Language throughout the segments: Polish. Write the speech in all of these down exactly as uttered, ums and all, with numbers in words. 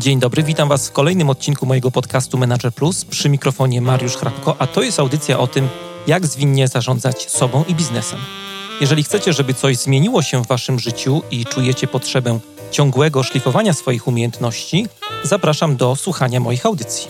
Dzień dobry, witam Was w kolejnym odcinku mojego podcastu Menadżer Plus. Przy mikrofonie Mariusz Hrabko, a to jest audycja o tym, jak zwinnie zarządzać sobą i biznesem. Jeżeli chcecie, żeby coś zmieniło się w Waszym życiu i czujecie potrzebę ciągłego szlifowania swoich umiejętności, zapraszam do słuchania moich audycji.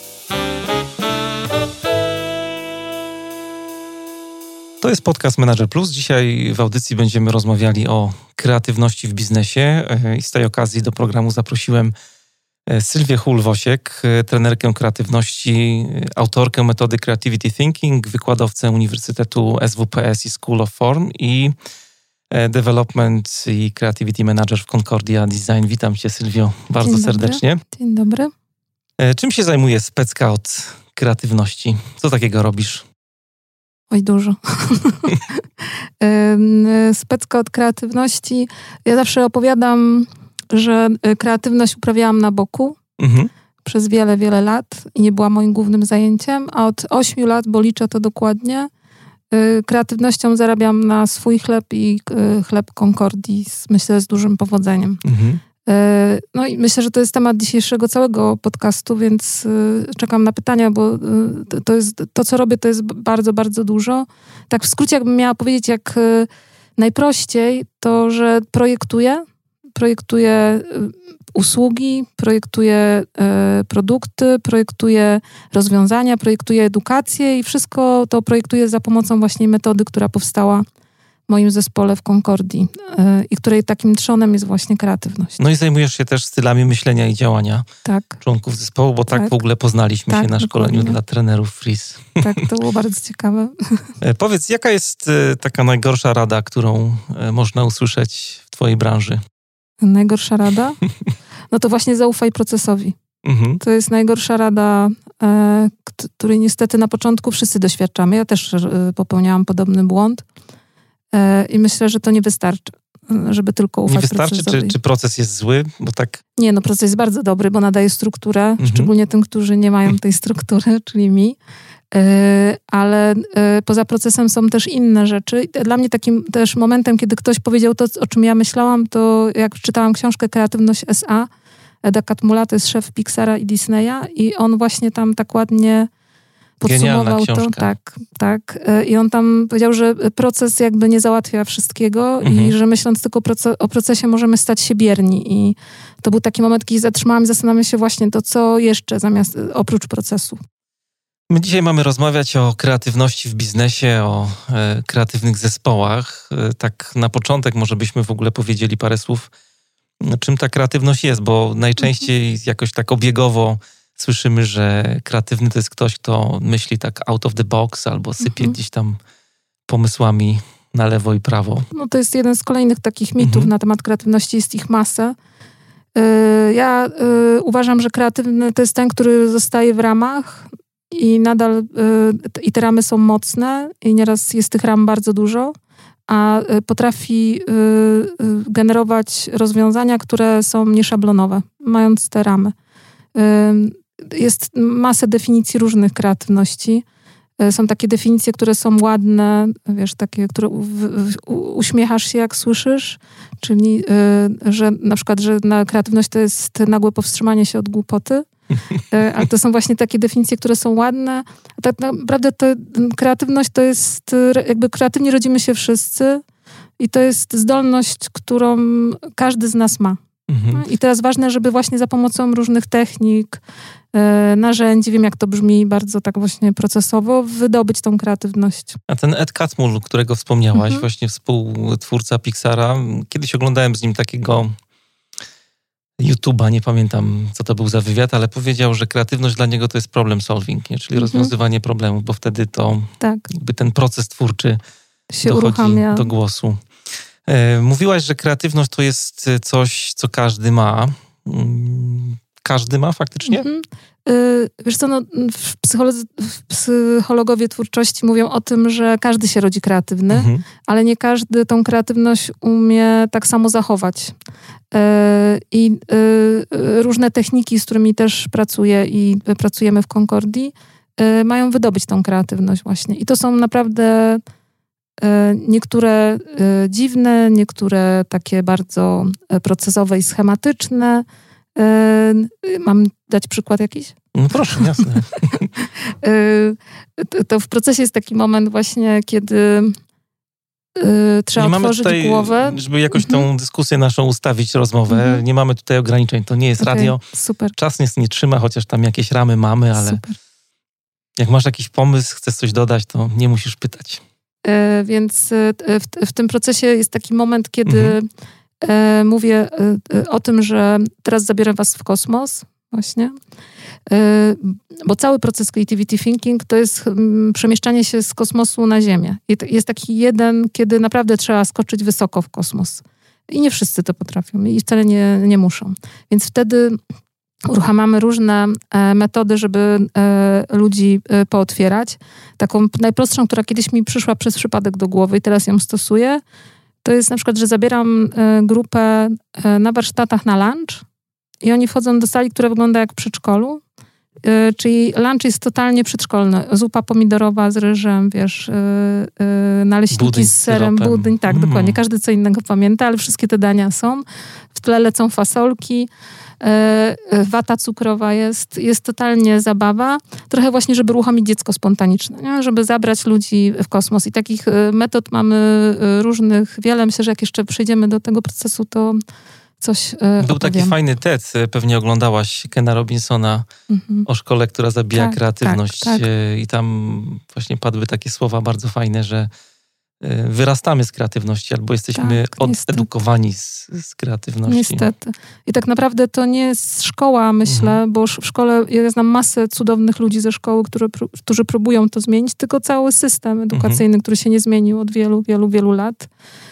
To jest podcast Menadżer Plus. Dzisiaj w audycji będziemy rozmawiali o kreatywności w biznesie i z tej okazji do programu zaprosiłem Sylwię Hull-Wosiek, trenerkę kreatywności, autorkę metody Creativity Thinking, wykładowcę Uniwersytetu S W P S i School of Form i Development i Creativity Manager w Concordia Design. Witam Cię, Sylwio, bardzo Dzień serdecznie. Dobry. Dzień dobry. Czym się zajmuje specka od kreatywności? Co takiego robisz? Oj, dużo. Specka od kreatywności. Ja zawsze opowiadam, że kreatywność uprawiałam na boku mhm. przez wiele, wiele lat i nie była moim głównym zajęciem, a od ośmiu lat, bo liczę to dokładnie, kreatywnością zarabiam na swój chleb i chleb Concordii, myślę, z dużym powodzeniem. Mhm. No i myślę, że to jest temat dzisiejszego całego podcastu, więc czekam na pytania, bo to jest to, co robię, to jest bardzo, bardzo dużo. Tak w skrócie, jakbym miała powiedzieć, jak najprościej, to, że projektuję, projektuję usługi, projektuję produkty, projektuję rozwiązania, projektuję edukację i wszystko to projektuję za pomocą właśnie metody, która powstała w moim zespole w Concordii yy, i której takim trzonem jest właśnie kreatywność. No i zajmujesz się też stylami myślenia i działania tak. członków zespołu, bo tak, tak w ogóle poznaliśmy tak, się na dokładnie. szkoleniu dla trenerów Freeze. Tak, to było bardzo ciekawe. Powiedz, jaka jest taka najgorsza rada, którą można usłyszeć w twojej branży? Najgorsza rada? No to właśnie zaufaj procesowi. Mhm. To jest najgorsza rada, e, której niestety na początku wszyscy doświadczamy. Ja też e, popełniałam podobny błąd. I myślę, że to nie wystarczy, żeby tylko ufać procesowi. Nie wystarczy, czy, czy proces jest zły? Bo tak... Nie, no proces jest bardzo dobry, bo nadaje strukturę, mhm. szczególnie tym, którzy nie mają tej struktury, czyli mi. Ale poza procesem są też inne rzeczy. Dla mnie takim też momentem, kiedy ktoś powiedział to, o czym ja myślałam, to jak czytałam książkę Kreatywność S A, Eda Catmulla, to jest szef Pixara i Disneya i on właśnie tam tak ładnie podsumował to, tak, tak. I on tam powiedział, że proces jakby nie załatwia wszystkiego mhm. i że myśląc tylko proce- o procesie możemy stać się bierni. I to był taki moment, kiedy zatrzymałam i zastanawiam się właśnie to, co jeszcze zamiast, oprócz procesu. My dzisiaj mamy rozmawiać o kreatywności w biznesie, o e, kreatywnych zespołach. E, tak na początek może byśmy w ogóle powiedzieli parę słów, czym ta kreatywność jest, bo najczęściej mhm. jakoś tak obiegowo słyszymy, że kreatywny to jest ktoś, kto myśli tak out of the box albo sypie mhm. gdzieś tam pomysłami na lewo i prawo. No to jest jeden z kolejnych takich mitów mhm. na temat kreatywności, jest ich masę. Yy, ja yy, uważam, że kreatywny to jest ten, który zostaje w ramach i nadal yy, i te ramy są mocne i nieraz jest tych ram bardzo dużo, a yy, potrafi yy, yy, generować rozwiązania, które są nieszablonowe, mając te ramy. Yy, Jest masę definicji różnych kreatywności. Są takie definicje, które są ładne, wiesz, takie, które u, u, uśmiechasz się, jak słyszysz, czyli, y, że na przykład, że na kreatywność to jest nagłe powstrzymanie się od głupoty, y, ale to są właśnie takie definicje, które są ładne. A tak naprawdę to, kreatywność to jest, jakby kreatywnie rodzimy się wszyscy i to jest zdolność, którą każdy z nas ma. Mhm. I teraz ważne, żeby właśnie za pomocą różnych technik, e, narzędzi, wiem jak to brzmi bardzo tak właśnie procesowo, wydobyć tą kreatywność. A ten Ed Catmull, którego wspomniałaś, mhm. właśnie współtwórca Pixara, kiedyś oglądałem z nim takiego YouTube'a, nie pamiętam co to był za wywiad, ale powiedział, że kreatywność dla niego to jest problem solving, nie? Czyli mhm. rozwiązywanie problemów, bo wtedy to tak. jakby ten proces twórczy się dochodzi uruchamia. do głosu. Mówiłaś, że kreatywność to jest coś, co każdy ma. Każdy ma faktycznie? Mm-hmm. Yy, wiesz co, no, w, psycholodzy, w psychologowie twórczości mówią o tym, że każdy się rodzi kreatywny, mm-hmm. ale nie każdy tą kreatywność umie tak samo zachować. Yy, I yy, różne techniki, z którymi też pracuję i pracujemy w Concordii, yy, mają wydobyć tą kreatywność właśnie. I to są naprawdę niektóre dziwne, niektóre takie bardzo procesowe i schematyczne, Mam dać przykład jakiś? No proszę, jasne. To w procesie jest taki moment właśnie, kiedy trzeba nie otworzyć mamy tutaj, głowę. Żeby jakoś tą mhm. dyskusję naszą ustawić, rozmowę. Mhm. Nie mamy tutaj ograniczeń. To nie jest okay, radio. Super. Czas nas nie trzyma, chociaż tam jakieś ramy mamy, ale super. Jak masz jakiś pomysł, chcesz coś dodać, to nie musisz pytać. E, więc w, w tym procesie jest taki moment, kiedy mhm. e, mówię e, o tym, że teraz zabieram was w kosmos. Właśnie. Bo cały proces creativity thinking to jest przemieszczanie się z kosmosu na Ziemię. Jest taki jeden, kiedy naprawdę trzeba skoczyć wysoko w kosmos. I nie wszyscy to potrafią i wcale nie, nie muszą. Więc wtedy uruchamiamy różne metody, żeby ludzi pootwierać. Taką najprostszą, która kiedyś mi przyszła przez przypadek do głowy i teraz ją stosuję, to jest na przykład, że zabieram grupę na warsztatach na lunch i oni wchodzą do sali, która wygląda jak w przedszkolu. Yy, czyli lunch jest totalnie przedszkolny. Zupa pomidorowa z ryżem, wiesz, yy, yy, naleśniki budyń z serem, z budyń, tak, mm. dokładnie. Każdy co innego pamięta, ale wszystkie te dania są. W tle lecą fasolki, yy, wata cukrowa jest, jest totalnie zabawa. Trochę właśnie, żeby uruchomić dziecko spontaniczne, nie? Żeby zabrać ludzi w kosmos. I takich metod mamy różnych wiele. Myślę, że jak jeszcze przejdziemy do tego procesu, to coś e, Był opowiem. taki fajny T E D, pewnie oglądałaś Kena Robinsona mhm. o szkole, która zabija tak, kreatywność. Tak, tak. I tam właśnie padły takie słowa bardzo fajne, że wyrastamy z kreatywności albo jesteśmy tak, odedukowani z, z kreatywności. Niestety. I tak naprawdę to nie jest szkoła, myślę, mhm. bo w szkole, ja znam masę cudownych ludzi ze szkoły, które, którzy próbują to zmienić, tylko cały system edukacyjny, mhm. który się nie zmienił od wielu, wielu, wielu lat.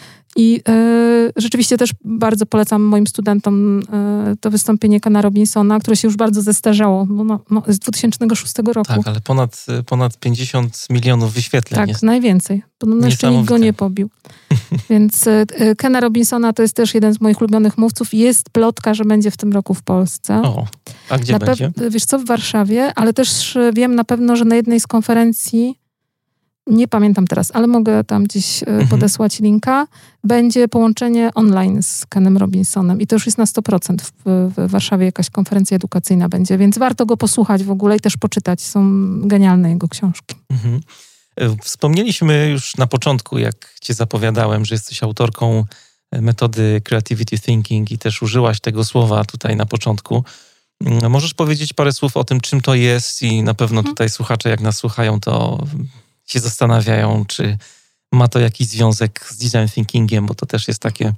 I y, rzeczywiście też bardzo polecam moim studentom y, to wystąpienie Kena Robinsona, które się już bardzo zestarzało, bo no, no, z dwa tysiące szóstego roku. Tak, ale ponad, ponad pięćdziesiąt milionów wyświetleń tak, jest. najwięcej. Podobno jeszcze nikt go nie pobił. Więc y, Kena Robinsona to jest też jeden z moich ulubionych mówców. Jest plotka, że będzie w tym roku w Polsce. O, a gdzie na będzie? Pe- wiesz co, w Warszawie, ale też wiem na pewno, że na jednej z konferencji, nie pamiętam teraz, ale mogę tam gdzieś mhm. podesłać linka, będzie połączenie online z Kenem Robinsonem i to już jest na sto procent w, w Warszawie jakaś konferencja edukacyjna będzie, więc warto go posłuchać w ogóle i też poczytać. Są genialne jego książki. Mhm. Wspomnieliśmy już na początku, jak cię zapowiadałem, że jesteś autorką metody Creativity Thinking i też użyłaś tego słowa tutaj na początku. Możesz powiedzieć parę słów o tym, czym to jest i na pewno mhm. tutaj słuchacze, jak nas słuchają, to się zastanawiają, czy ma to jakiś związek z design thinkingiem, bo to też jest takie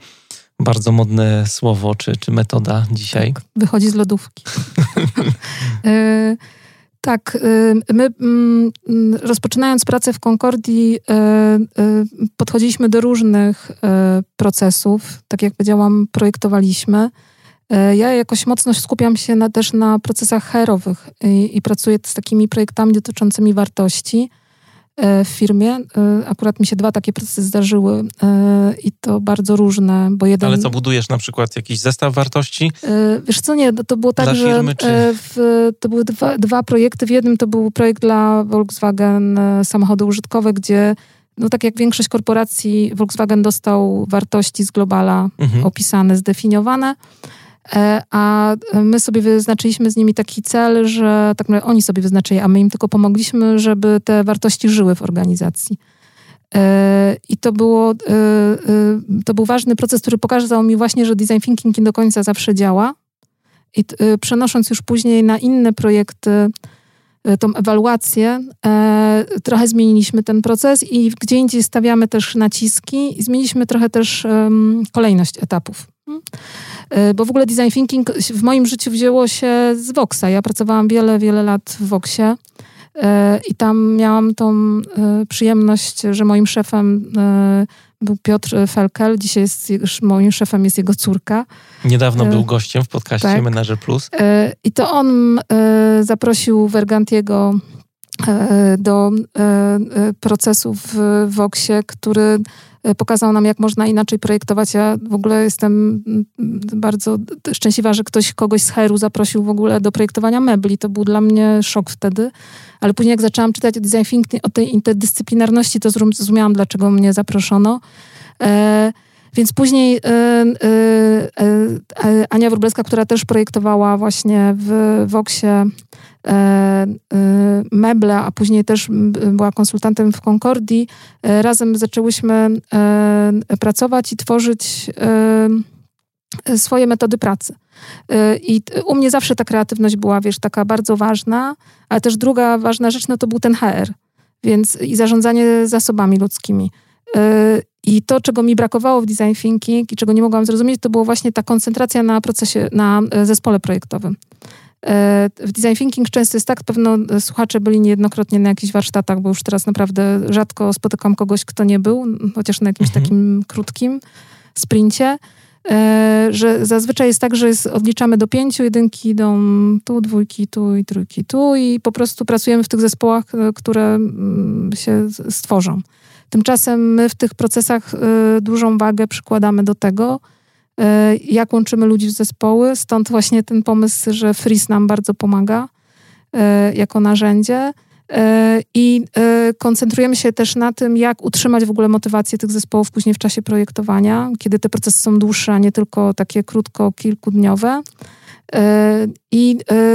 bardzo modne słowo, czy, czy metoda dzisiaj. Tak, wychodzi z lodówki. y, tak, y, my y, rozpoczynając pracę w Concordii y, y, podchodziliśmy do różnych y, procesów. Tak jak powiedziałam, projektowaliśmy. Y, ja jakoś mocno skupiam się na, też na procesach H R-owych i, i pracuję z takimi projektami dotyczącymi wartości w firmie. Akurat mi się dwa takie procesy zdarzyły i to bardzo różne, bo jeden... Ale co, budujesz na przykład jakiś zestaw wartości? Wiesz co, nie, to było tak, dla że firmy, czy... w, to były dwa, dwa projekty. W jednym to był projekt dla Volkswagen samochody użytkowe, gdzie no tak jak większość korporacji, Volkswagen dostał wartości z Globala mhm. opisane, zdefiniowane, a my sobie wyznaczyliśmy z nimi taki cel, że tak naprawdę oni sobie wyznaczyli, a my im tylko pomogliśmy, żeby te wartości żyły w organizacji. I to było, to był ważny proces, który pokazał mi właśnie, że design thinking nie do końca zawsze działa. I przenosząc już później na inne projekty tą ewaluację, trochę zmieniliśmy ten proces i gdzie indziej stawiamy też naciski i zmieniliśmy trochę też kolejność etapów. Bo w ogóle design thinking w moim życiu wzięło się z Voxa. Ja pracowałam wiele, wiele lat w Voxie i tam miałam tą przyjemność, że moim szefem był Piotr Felkel. Dzisiaj jest, moim szefem jest jego córka. Niedawno był gościem w podcaście tak. Manager Plus. I to on zaprosił Vergantiego do procesu w Voxie, który pokazał nam, jak można inaczej projektować. Ja w ogóle jestem bardzo szczęśliwa, że ktoś kogoś z H R-u zaprosił w ogóle do projektowania mebli. To był dla mnie szok wtedy. Ale później jak zaczęłam czytać o design thinking, o tej interdyscyplinarności, to zrozumiałam, dlaczego mnie zaproszono. Więc później y, y, y, Ania Wróblewska, która też projektowała właśnie w Voxie y, y, meble, a później też była konsultantem w Concordii, y, razem zaczęłyśmy y, pracować i tworzyć y, swoje metody pracy. Y, I u mnie zawsze ta kreatywność była, wiesz, taka bardzo ważna, ale też druga ważna rzecz, no to był ten H R, więc i zarządzanie zasobami ludzkimi. I to, czego mi brakowało w design thinking i czego nie mogłam zrozumieć, to było właśnie ta koncentracja na procesie, na zespole projektowym. W design thinking często jest tak, pewno słuchacze byli niejednokrotnie na jakichś warsztatach, bo już teraz naprawdę rzadko spotykam kogoś, kto nie był, chociaż na jakimś mhm. takim krótkim sprincie, że zazwyczaj jest tak, że jest, odliczamy do pięciu, jedynki idą tu, dwójki tu i trójki tu i po prostu pracujemy w tych zespołach, które się stworzą. Tymczasem my w tych procesach y, dużą wagę przykładamy do tego, y, jak łączymy ludzi w zespoły. Stąd właśnie ten pomysł, że Freeze nam bardzo pomaga y, jako narzędzie. Y, I y, koncentrujemy się też na tym, jak utrzymać w ogóle motywację tych zespołów później w czasie projektowania, kiedy te procesy są dłuższe, a nie tylko takie krótko, kilkudniowe. I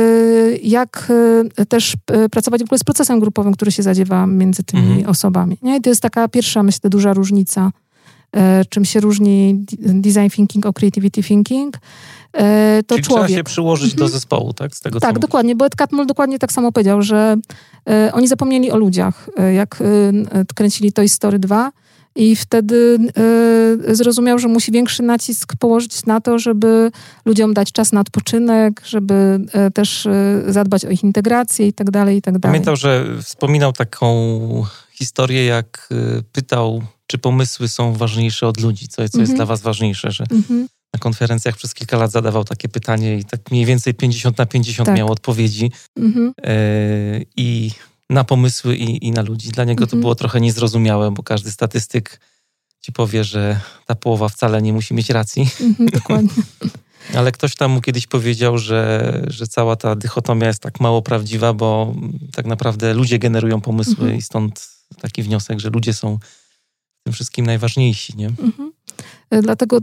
jak też pracować w ogóle z procesem grupowym, który się zadziewa między tymi mhm. osobami. Nie? I to jest taka pierwsza, myślę, duża różnica, czym się różni design thinking od creativity thinking. To Czyli człowiek. Trzeba się przyłożyć mhm. do zespołu, tak? Z tego, tak, co dokładnie, mówisz. Bo Ed Catmull dokładnie tak samo powiedział, że oni zapomnieli o ludziach, jak kręcili Toy Story dwa. I wtedy y, zrozumiał, że musi większy nacisk położyć na to, żeby ludziom dać czas na odpoczynek, żeby y, też y, zadbać o ich integrację i tak dalej, i tak dalej. Pamiętam, że wspominał taką historię, jak y, pytał, czy pomysły są ważniejsze od ludzi, co, co mhm. jest dla was ważniejsze, że mhm. na konferencjach przez kilka lat zadawał takie pytanie i tak mniej więcej pięćdziesiąt na pięćdziesiąt tak. miał odpowiedzi. Mhm. Y, I na pomysły i, i na ludzi. Dla niego to było trochę niezrozumiałe, bo każdy statystyk ci powie, że ta połowa wcale nie musi mieć racji. Mhm, dokładnie. Ale ktoś tam mu kiedyś powiedział, że, że cała ta dychotomia jest tak mało prawdziwa, bo tak naprawdę ludzie generują pomysły mhm. i stąd taki wniosek, że ludzie są w tym wszystkim najważniejsi, nie? Mhm. Dlatego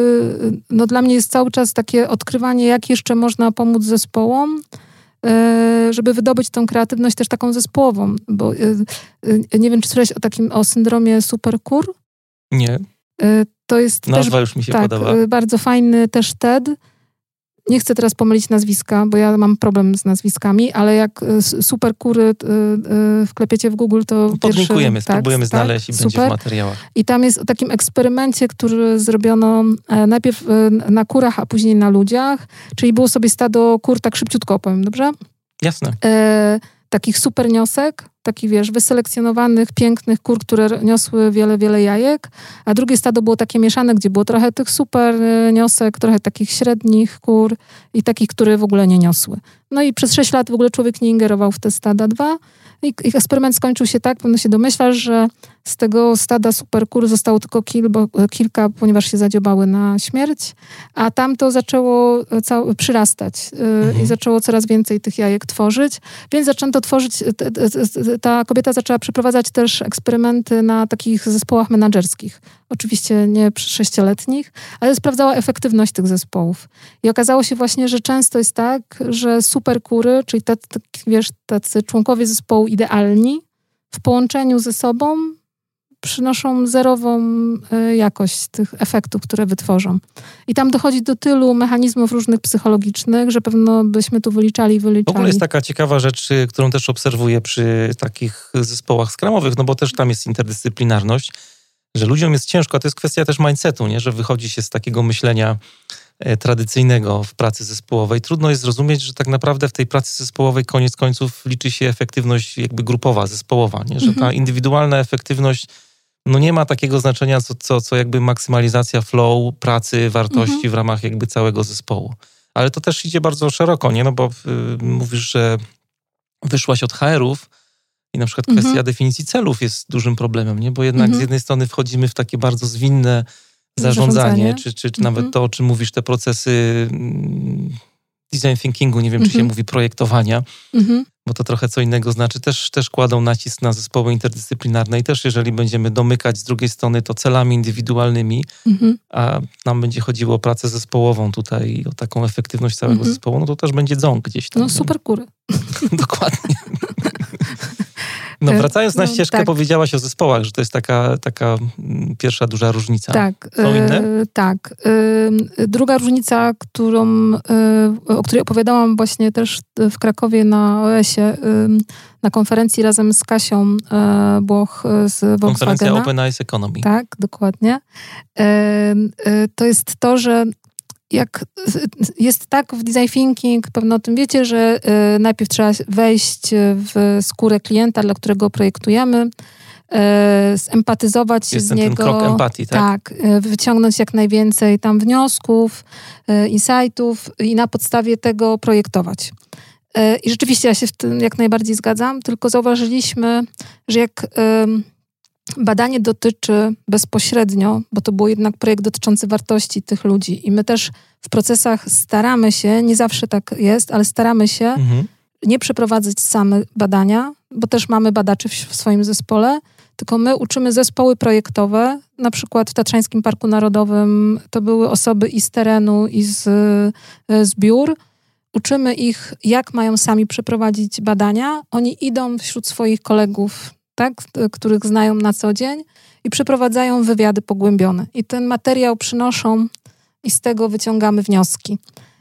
no, dla mnie jest cały czas takie odkrywanie, jak jeszcze można pomóc zespołom, żeby wydobyć tą kreatywność też taką zespołową, bo nie wiem, czy słyszałeś o takim, o syndromie superkur? Nie. To jest Nazwa też, już mi się tak, podoba. Bardzo fajny też TED. Nie chcę teraz pomylić nazwiska, bo ja mam problem z nazwiskami, ale jak superkury wklepiecie w Google, to podlinkujemy, pierwszy, spróbujemy tak, znaleźć tak, i będzie super. w materiałach. I tam jest o takim eksperymencie, który zrobiono najpierw na kurach, a później na ludziach, czyli było sobie stado kur, tak szybciutko opowiem, dobrze? Jasne. E, takich super niosek, takich, wiesz, wyselekcjonowanych, pięknych kur, które niosły wiele, wiele jajek, a drugie stado było takie mieszane, gdzie było trochę tych super niosek, trochę takich średnich kur i takich, które w ogóle nie niosły. No i przez sześć lat w ogóle człowiek nie ingerował w te stada dwa. I ich eksperyment skończył się tak, pewno się domyślasz, że z tego stada superkur zostało tylko kil, bo, kilka, ponieważ się zadziobały na śmierć, a tamto zaczęło cał, przyrastać mhm. i zaczęło coraz więcej tych jajek tworzyć, więc zaczęto tworzyć, t, t, t, ta kobieta zaczęła przeprowadzać też eksperymenty na takich zespołach menadżerskich. Oczywiście nie sześcioletnich, ale sprawdzała efektywność tych zespołów. I okazało się właśnie, że często jest tak, że superkury, czyli tacy, wiesz, tacy członkowie zespołu idealni, w połączeniu ze sobą przynoszą zerową y, jakość tych efektów, które wytworzą. I tam dochodzi do tylu mechanizmów różnych psychologicznych, że pewno byśmy tu wyliczali i wyliczali. W ogóle jest taka ciekawa rzecz, którą też obserwuję przy takich zespołach skramowych, no bo też tam jest interdyscyplinarność, że ludziom jest ciężko, a to jest kwestia też mindsetu, nie? Że wychodzi się z takiego myślenia tradycyjnego w pracy zespołowej. Trudno jest zrozumieć, że tak naprawdę w tej pracy zespołowej koniec końców liczy się efektywność jakby grupowa, zespołowa, nie? Że mhm. ta indywidualna efektywność no nie ma takiego znaczenia, co, co, co jakby maksymalizacja flow, pracy, wartości mhm. w ramach jakby całego zespołu. Ale to też idzie bardzo szeroko, nie? No bo y, mówisz, że wyszłaś od H R-ów i na przykład kwestia mhm. definicji celów jest dużym problemem, nie? Bo jednak mhm. z jednej strony wchodzimy w takie bardzo zwinne zarządzanie, zarządzanie. czy, czy, czy mhm. nawet to, o czym mówisz, te procesy design thinkingu, nie wiem, mhm. czy się mówi projektowania, mhm. bo to trochę co innego znaczy. Też, też kładą nacisk na zespoły interdyscyplinarne i też jeżeli będziemy domykać z drugiej strony to celami indywidualnymi, mhm. a nam będzie chodziło o pracę zespołową tutaj i o taką efektywność całego mhm. zespołu, no to też będzie ząg gdzieś tam. No super kury. Dokładnie. No wracając na ścieżkę, no, tak. powiedziałaś o zespołach, że to jest taka, taka pierwsza duża różnica. Tak. Są inne? E, tak. E, druga różnica, którą, e, o której opowiadałam właśnie też w Krakowie na O S ie, e, na konferencji razem z Kasią e, Błoch z Volkswagena. Konferencja Open Eyes Economy. Tak, dokładnie. E, e, to jest to, że jak jest tak w design thinking, pewno o tym wiecie, że y, najpierw trzeba wejść w skórę klienta, dla którego projektujemy, y, zempatyzować jest z ten, niego. ten krok empatii, tak? Tak, y, wyciągnąć jak najwięcej tam wniosków, y, insightów i na podstawie tego projektować. Y, I rzeczywiście ja się w tym jak najbardziej zgadzam, tylko zauważyliśmy, że jak... Y, badanie dotyczy bezpośrednio, bo to był jednak projekt dotyczący wartości tych ludzi i my też w procesach staramy się, nie zawsze tak jest, ale staramy się mhm. nie przeprowadzać same badania, bo też mamy badaczy w, w swoim zespole, tylko my uczymy zespoły projektowe, na przykład w Tatrzańskim Parku Narodowym to były osoby i z terenu, i z, z biur. Uczymy ich, jak mają sami przeprowadzić badania. Oni idą wśród swoich kolegów, tak, których znają na co dzień i przeprowadzają wywiady pogłębione. I ten materiał przynoszą i z tego wyciągamy wnioski.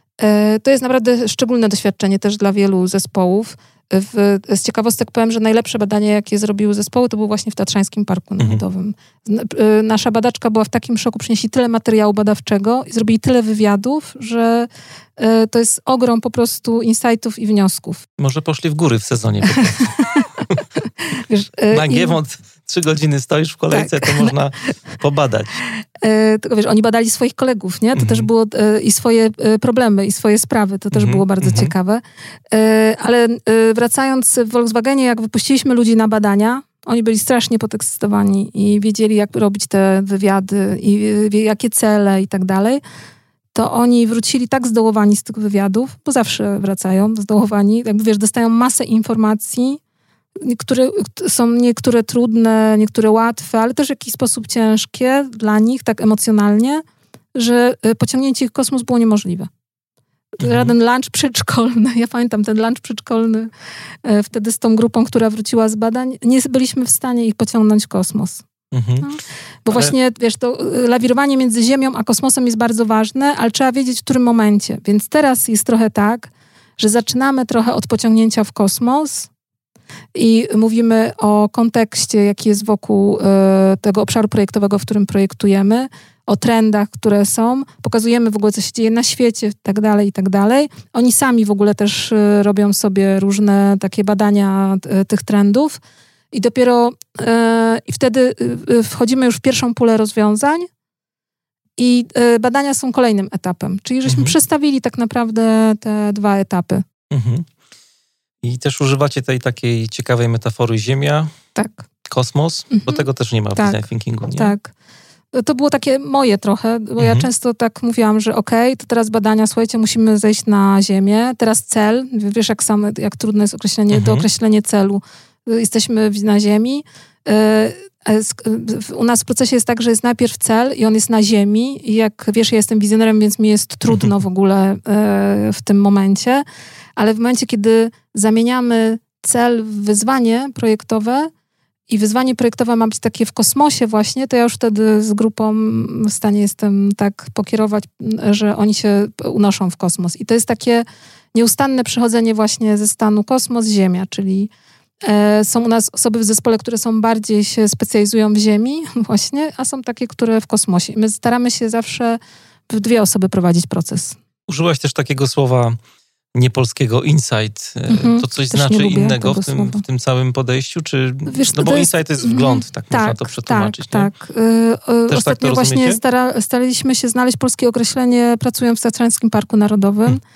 To jest naprawdę szczególne doświadczenie też dla wielu zespołów. W, z ciekawostek powiem, że najlepsze badanie, jakie zrobiły zespoły, to było właśnie w Tatrzańskim Parku Narodowym. Mhm. Nasza badaczka była w takim szoku, przynieśli tyle materiału badawczego i zrobili tyle wywiadów, że to jest ogrom po prostu insightów i wniosków. Może poszli w góry w sezonie po prostu. Wiesz, na Giewont trzy godziny stoisz w kolejce, tak. To można pobadać. E, tylko wiesz, oni badali swoich kolegów, nie? To mm-hmm. też było e, i swoje e, problemy, i swoje sprawy. To też mm-hmm. było bardzo mm-hmm. ciekawe. E, ale e, wracając w Volkswagenie, jak wypuściliśmy ludzi na badania, oni byli strasznie podekscytowani i wiedzieli, jak robić te wywiady i e, jakie cele i tak dalej. To oni wrócili tak zdołowani z tych wywiadów, bo zawsze wracają zdołowani. Jakby wiesz, dostają masę informacji. Niektóre są niektóre trudne, niektóre łatwe, ale też w jakiś sposób ciężkie dla nich, tak emocjonalnie, że pociągnięcie ich w kosmos było niemożliwe. Mhm. Żaden lunch przedszkolny, ja pamiętam ten lunch przedszkolny wtedy z tą grupą, która wróciła z badań, nie byliśmy w stanie ich pociągnąć w kosmos. Mhm. No. Bo ale... właśnie, wiesz, to lawirowanie między Ziemią a kosmosem jest bardzo ważne, ale trzeba wiedzieć, w którym momencie. Więc teraz jest trochę tak, że zaczynamy trochę od pociągnięcia w kosmos i mówimy o kontekście, jaki jest wokół y, tego obszaru projektowego, w którym projektujemy, o trendach, które są, pokazujemy w ogóle, co się dzieje na świecie, i tak dalej, i tak dalej. Oni sami w ogóle też y, robią sobie różne takie badania y, tych trendów i dopiero y, i wtedy y, wchodzimy już w pierwszą pulę rozwiązań i y, badania są kolejnym etapem. Czyli żeśmy mhm. przestawili tak naprawdę te dwa etapy. Mhm. I też używacie tej takiej ciekawej metafory Ziemia, tak. kosmos, mm-hmm. bo tego też nie ma w tak. design thinkingu, nie? Tak. To było takie moje trochę, bo mm-hmm. ja często tak mówiłam, że okej, okay, to teraz badania, słuchajcie, musimy zejść na Ziemię, teraz cel, wiesz jak sam, jak trudne jest określenie, mm-hmm. do określenia celu. Jesteśmy na Ziemi. U nas w procesie jest tak, że jest najpierw cel i on jest na Ziemi i jak wiesz, ja jestem wizjonerem, więc mi jest trudno mm-hmm. w ogóle w tym momencie. Ale w momencie, kiedy zamieniamy cel w wyzwanie projektowe i wyzwanie projektowe ma być takie w kosmosie właśnie, to ja już wtedy z grupą w stanie jestem tak pokierować, że oni się unoszą w kosmos. I to jest takie nieustanne przechodzenie właśnie ze stanu kosmos-Ziemia, czyli e, są u nas osoby w zespole, które są bardziej się specjalizują w Ziemi właśnie, a są takie, które w kosmosie. I my staramy się zawsze w dwie osoby prowadzić proces. Użyłaś też takiego słowa niepolskiego insight. Mm-hmm. To coś Też znaczy innego w tym, w tym całym podejściu? Czy, Wiesz, no bo jest, insight to jest wgląd, mm, tak, tak można to przetłumaczyć. Tak, tak. Yy, Też ostatnio tak właśnie stara, staraliśmy się znaleźć polskie określenie pracując w Tatrzańskim Parku Narodowym.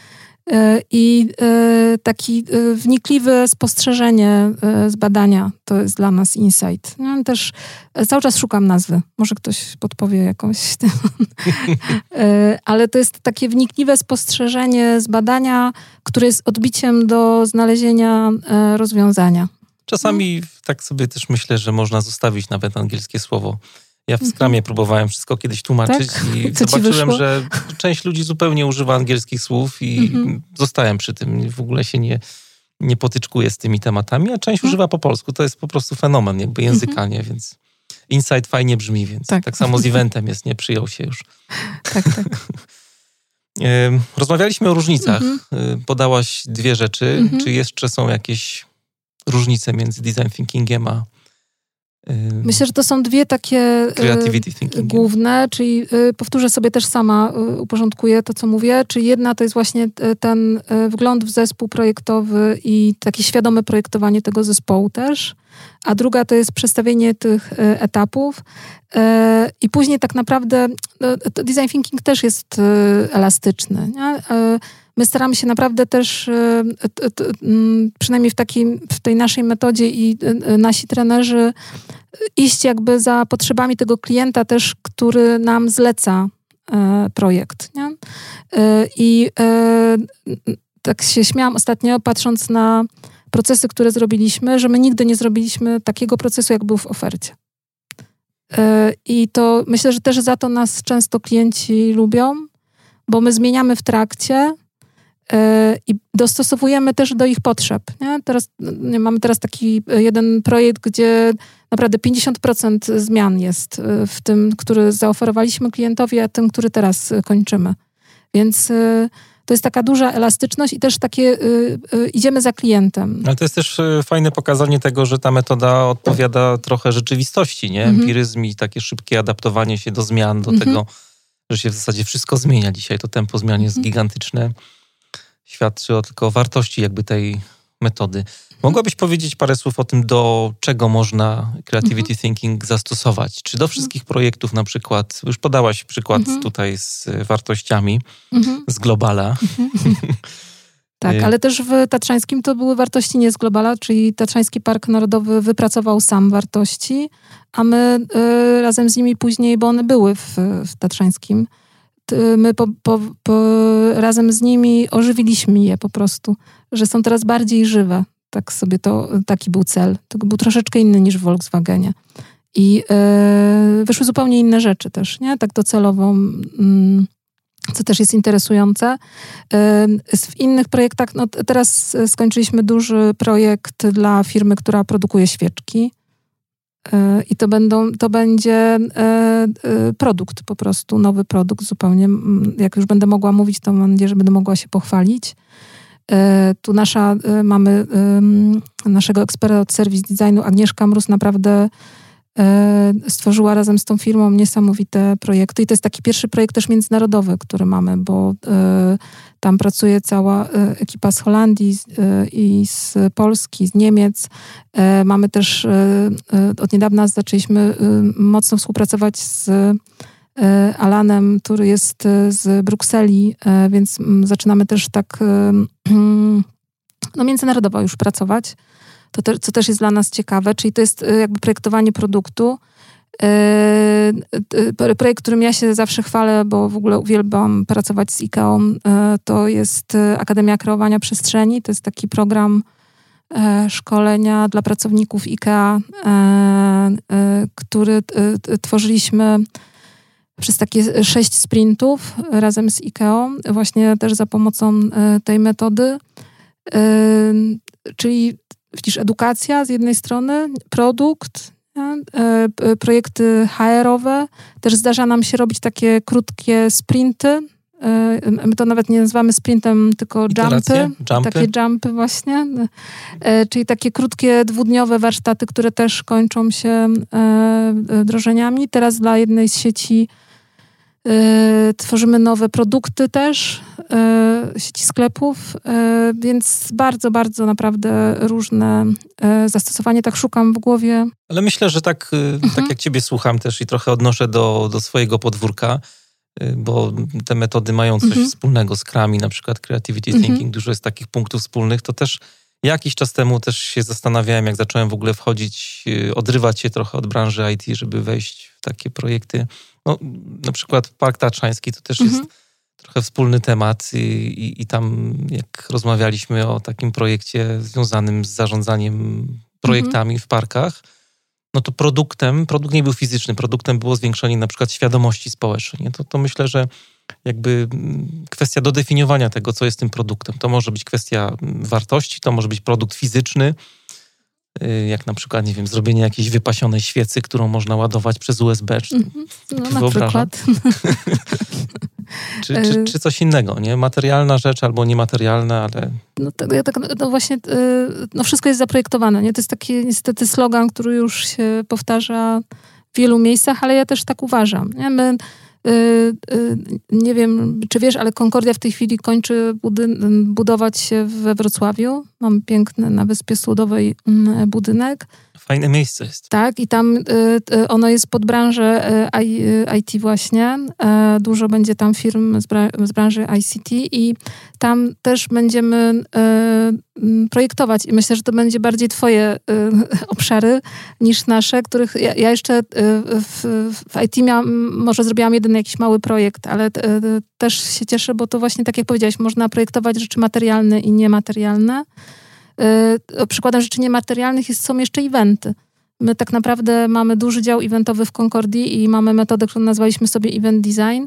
I takie wnikliwe spostrzeżenie z badania to jest dla nas insight. Ja też cały czas szukam nazwy. Może ktoś podpowie jakąś. Ale to jest takie wnikliwe spostrzeżenie z badania, które jest odbiciem do znalezienia rozwiązania. Czasami no. tak sobie też myślę, że można zostawić nawet angielskie słowo. Ja w Scrumie mhm. próbowałem wszystko kiedyś tłumaczyć tak? i Co zobaczyłem, że część ludzi zupełnie używa angielskich słów i mhm. zostałem przy tym. W ogóle się nie, nie potyczkuję z tymi tematami, a część mhm. używa po polsku. To jest po prostu fenomen jakby językalnie, mhm. więc insight fajnie brzmi, więc tak, tak samo z eventem jest, nie przyjął się już. Tak, tak. Rozmawialiśmy o różnicach. Mhm. Podałaś dwie rzeczy. Mhm. Czy jeszcze są jakieś różnice między design thinkingiem a Myślę, że to są dwie takie główne, czyli powtórzę sobie też sama, uporządkuję to, co mówię, czyli jedna to jest właśnie ten wgląd w zespół projektowy i takie świadome projektowanie tego zespołu też, a druga to jest przedstawienie tych etapów i później tak naprawdę design thinking też jest elastyczny, nie? My staramy się naprawdę też, przynajmniej w, takiej, w tej naszej metodzie i nasi trenerzy, iść jakby za potrzebami tego klienta też, który nam zleca projekt. Nie? I tak się śmiałam ostatnio, patrząc na procesy, które zrobiliśmy, że my nigdy nie zrobiliśmy takiego procesu, jak był w ofercie. I to myślę, że też za to nas często klienci lubią, bo my zmieniamy w trakcie i dostosowujemy też do ich potrzeb. Nie? Teraz nie, mamy teraz taki jeden projekt, gdzie naprawdę pięćdziesiąt procent zmian jest w tym, który zaoferowaliśmy klientowi, a tym, który teraz kończymy. Więc to jest taka duża elastyczność i też takie y, y, idziemy za klientem. Ale to jest też fajne pokazanie tego, że ta metoda odpowiada trochę rzeczywistości, nie? Mhm. Empiryzm i takie szybkie adaptowanie się do zmian, do mhm. tego, że się w zasadzie wszystko zmienia dzisiaj. To tempo zmian jest mhm. gigantyczne. Świadczy o tylko wartości jakby tej metody. Mogłabyś powiedzieć parę słów o tym, do czego można creativity mhm. thinking zastosować? Czy do wszystkich mhm. projektów na przykład? Już podałaś przykład mhm. tutaj z wartościami mhm. z Globala. Mhm. Tak, ale też w Tatrzańskim to były wartości nie z Globala, czyli Tatrzański Park Narodowy wypracował sam wartości, a my y, razem z nimi później, bo one były w, w Tatrzańskim, my po, po, po, razem z nimi ożywiliśmy je po prostu, że są teraz bardziej żywe. Tak sobie to, taki był cel. To był troszeczkę inny niż w Volkswagenie. I yy, wyszły zupełnie inne rzeczy też, nie? Tak docelowo, yy, co też jest interesujące. Yy, w innych projektach, no teraz skończyliśmy duży projekt dla firmy, która produkuje świeczki. I to, będą, to będzie produkt po prostu, nowy produkt zupełnie. Jak już będę mogła mówić, to mam nadzieję, że będę mogła się pochwalić. Tu nasza, mamy naszego eksperta od serwis designu, Agnieszka Mróz, naprawdę stworzyła razem z tą firmą niesamowite projekty. I to jest taki pierwszy projekt też międzynarodowy, który mamy, bo tam pracuje cała ekipa z Holandii i z Polski, z Niemiec. Mamy też, od niedawna zaczęliśmy mocno współpracować z Alanem, który jest z Brukseli, więc zaczynamy też tak no, międzynarodowo już pracować. To te, co też jest dla nas ciekawe, czyli to jest jakby projektowanie produktu. Projekt, którym ja się zawsze chwalę, bo w ogóle uwielbiam pracować z IKEA, to jest Akademia Kreowania Przestrzeni. To jest taki program szkolenia dla pracowników IKEA, który tworzyliśmy przez takie sześć sprintów razem z IKEA, właśnie też za pomocą tej metody. Czyli widzisz, edukacja z jednej strony, produkt, nie? Projekty H R-owe. Też zdarza nam się robić takie krótkie sprinty. My to nawet nie nazywamy sprintem, tylko jumpy. jumpy. Takie jumpy właśnie. Czyli takie krótkie, dwudniowe warsztaty, które też kończą się wdrożeniami. Teraz dla jednej z sieci tworzymy nowe produkty też, sieci sklepów, więc bardzo, bardzo naprawdę różne zastosowanie. Tak szukam w głowie. Ale myślę, że tak, mhm. tak jak ciebie słucham też i trochę odnoszę do, do swojego podwórka, bo te metody mają coś mhm. wspólnego z krami, na przykład creativity Mhm. thinking, dużo jest takich punktów wspólnych, to też jakiś czas temu też się zastanawiałem, jak zacząłem w ogóle wchodzić, odrywać się trochę od branży I T, żeby wejść w takie projekty. No, na przykład Park Tatrzański to też Mhm. jest trochę wspólny temat i, i, i tam jak rozmawialiśmy o takim projekcie związanym z zarządzaniem projektami mhm. w parkach, no to produktem, produkt nie był fizyczny, produktem było zwiększenie na przykład świadomości społecznej. Nie? To, to myślę, że jakby kwestia dodefiniowania tego, co jest tym produktem. To może być kwestia wartości, to może być produkt fizyczny, jak na przykład, nie wiem, zrobienie jakiejś wypasionej świecy, którą można ładować przez U S B. Czy, no na przykład. czy, czy, czy coś innego, nie? Materialna rzecz albo niematerialna, ale... No, to, tak, no właśnie, no wszystko jest zaprojektowane, nie? To jest taki niestety slogan, który już się powtarza w wielu miejscach, ale ja też tak uważam, nie? My, nie wiem, czy wiesz, ale Concordia w tej chwili kończy budyn- budować się we Wrocławiu. Mam piękny na Wyspie Słudowej budynek. Fajne miejsce jest. Tak, i tam y, ono jest pod branżę y, I T właśnie. Y, dużo będzie tam firm z, bra- z branży I C T i tam też będziemy y, projektować. I myślę, że to będzie bardziej twoje y, obszary niż nasze, których ja, ja jeszcze y, w, w I T miałam, może zrobiłam jeden jakiś mały projekt, ale y, też się cieszę, bo to właśnie tak jak powiedziałaś, można projektować rzeczy materialne i niematerialne. Yy, przykładem rzeczy niematerialnych jest, są jeszcze eventy. My tak naprawdę mamy duży dział eventowy w Concordii i mamy metodę, którą nazwaliśmy sobie Event Design.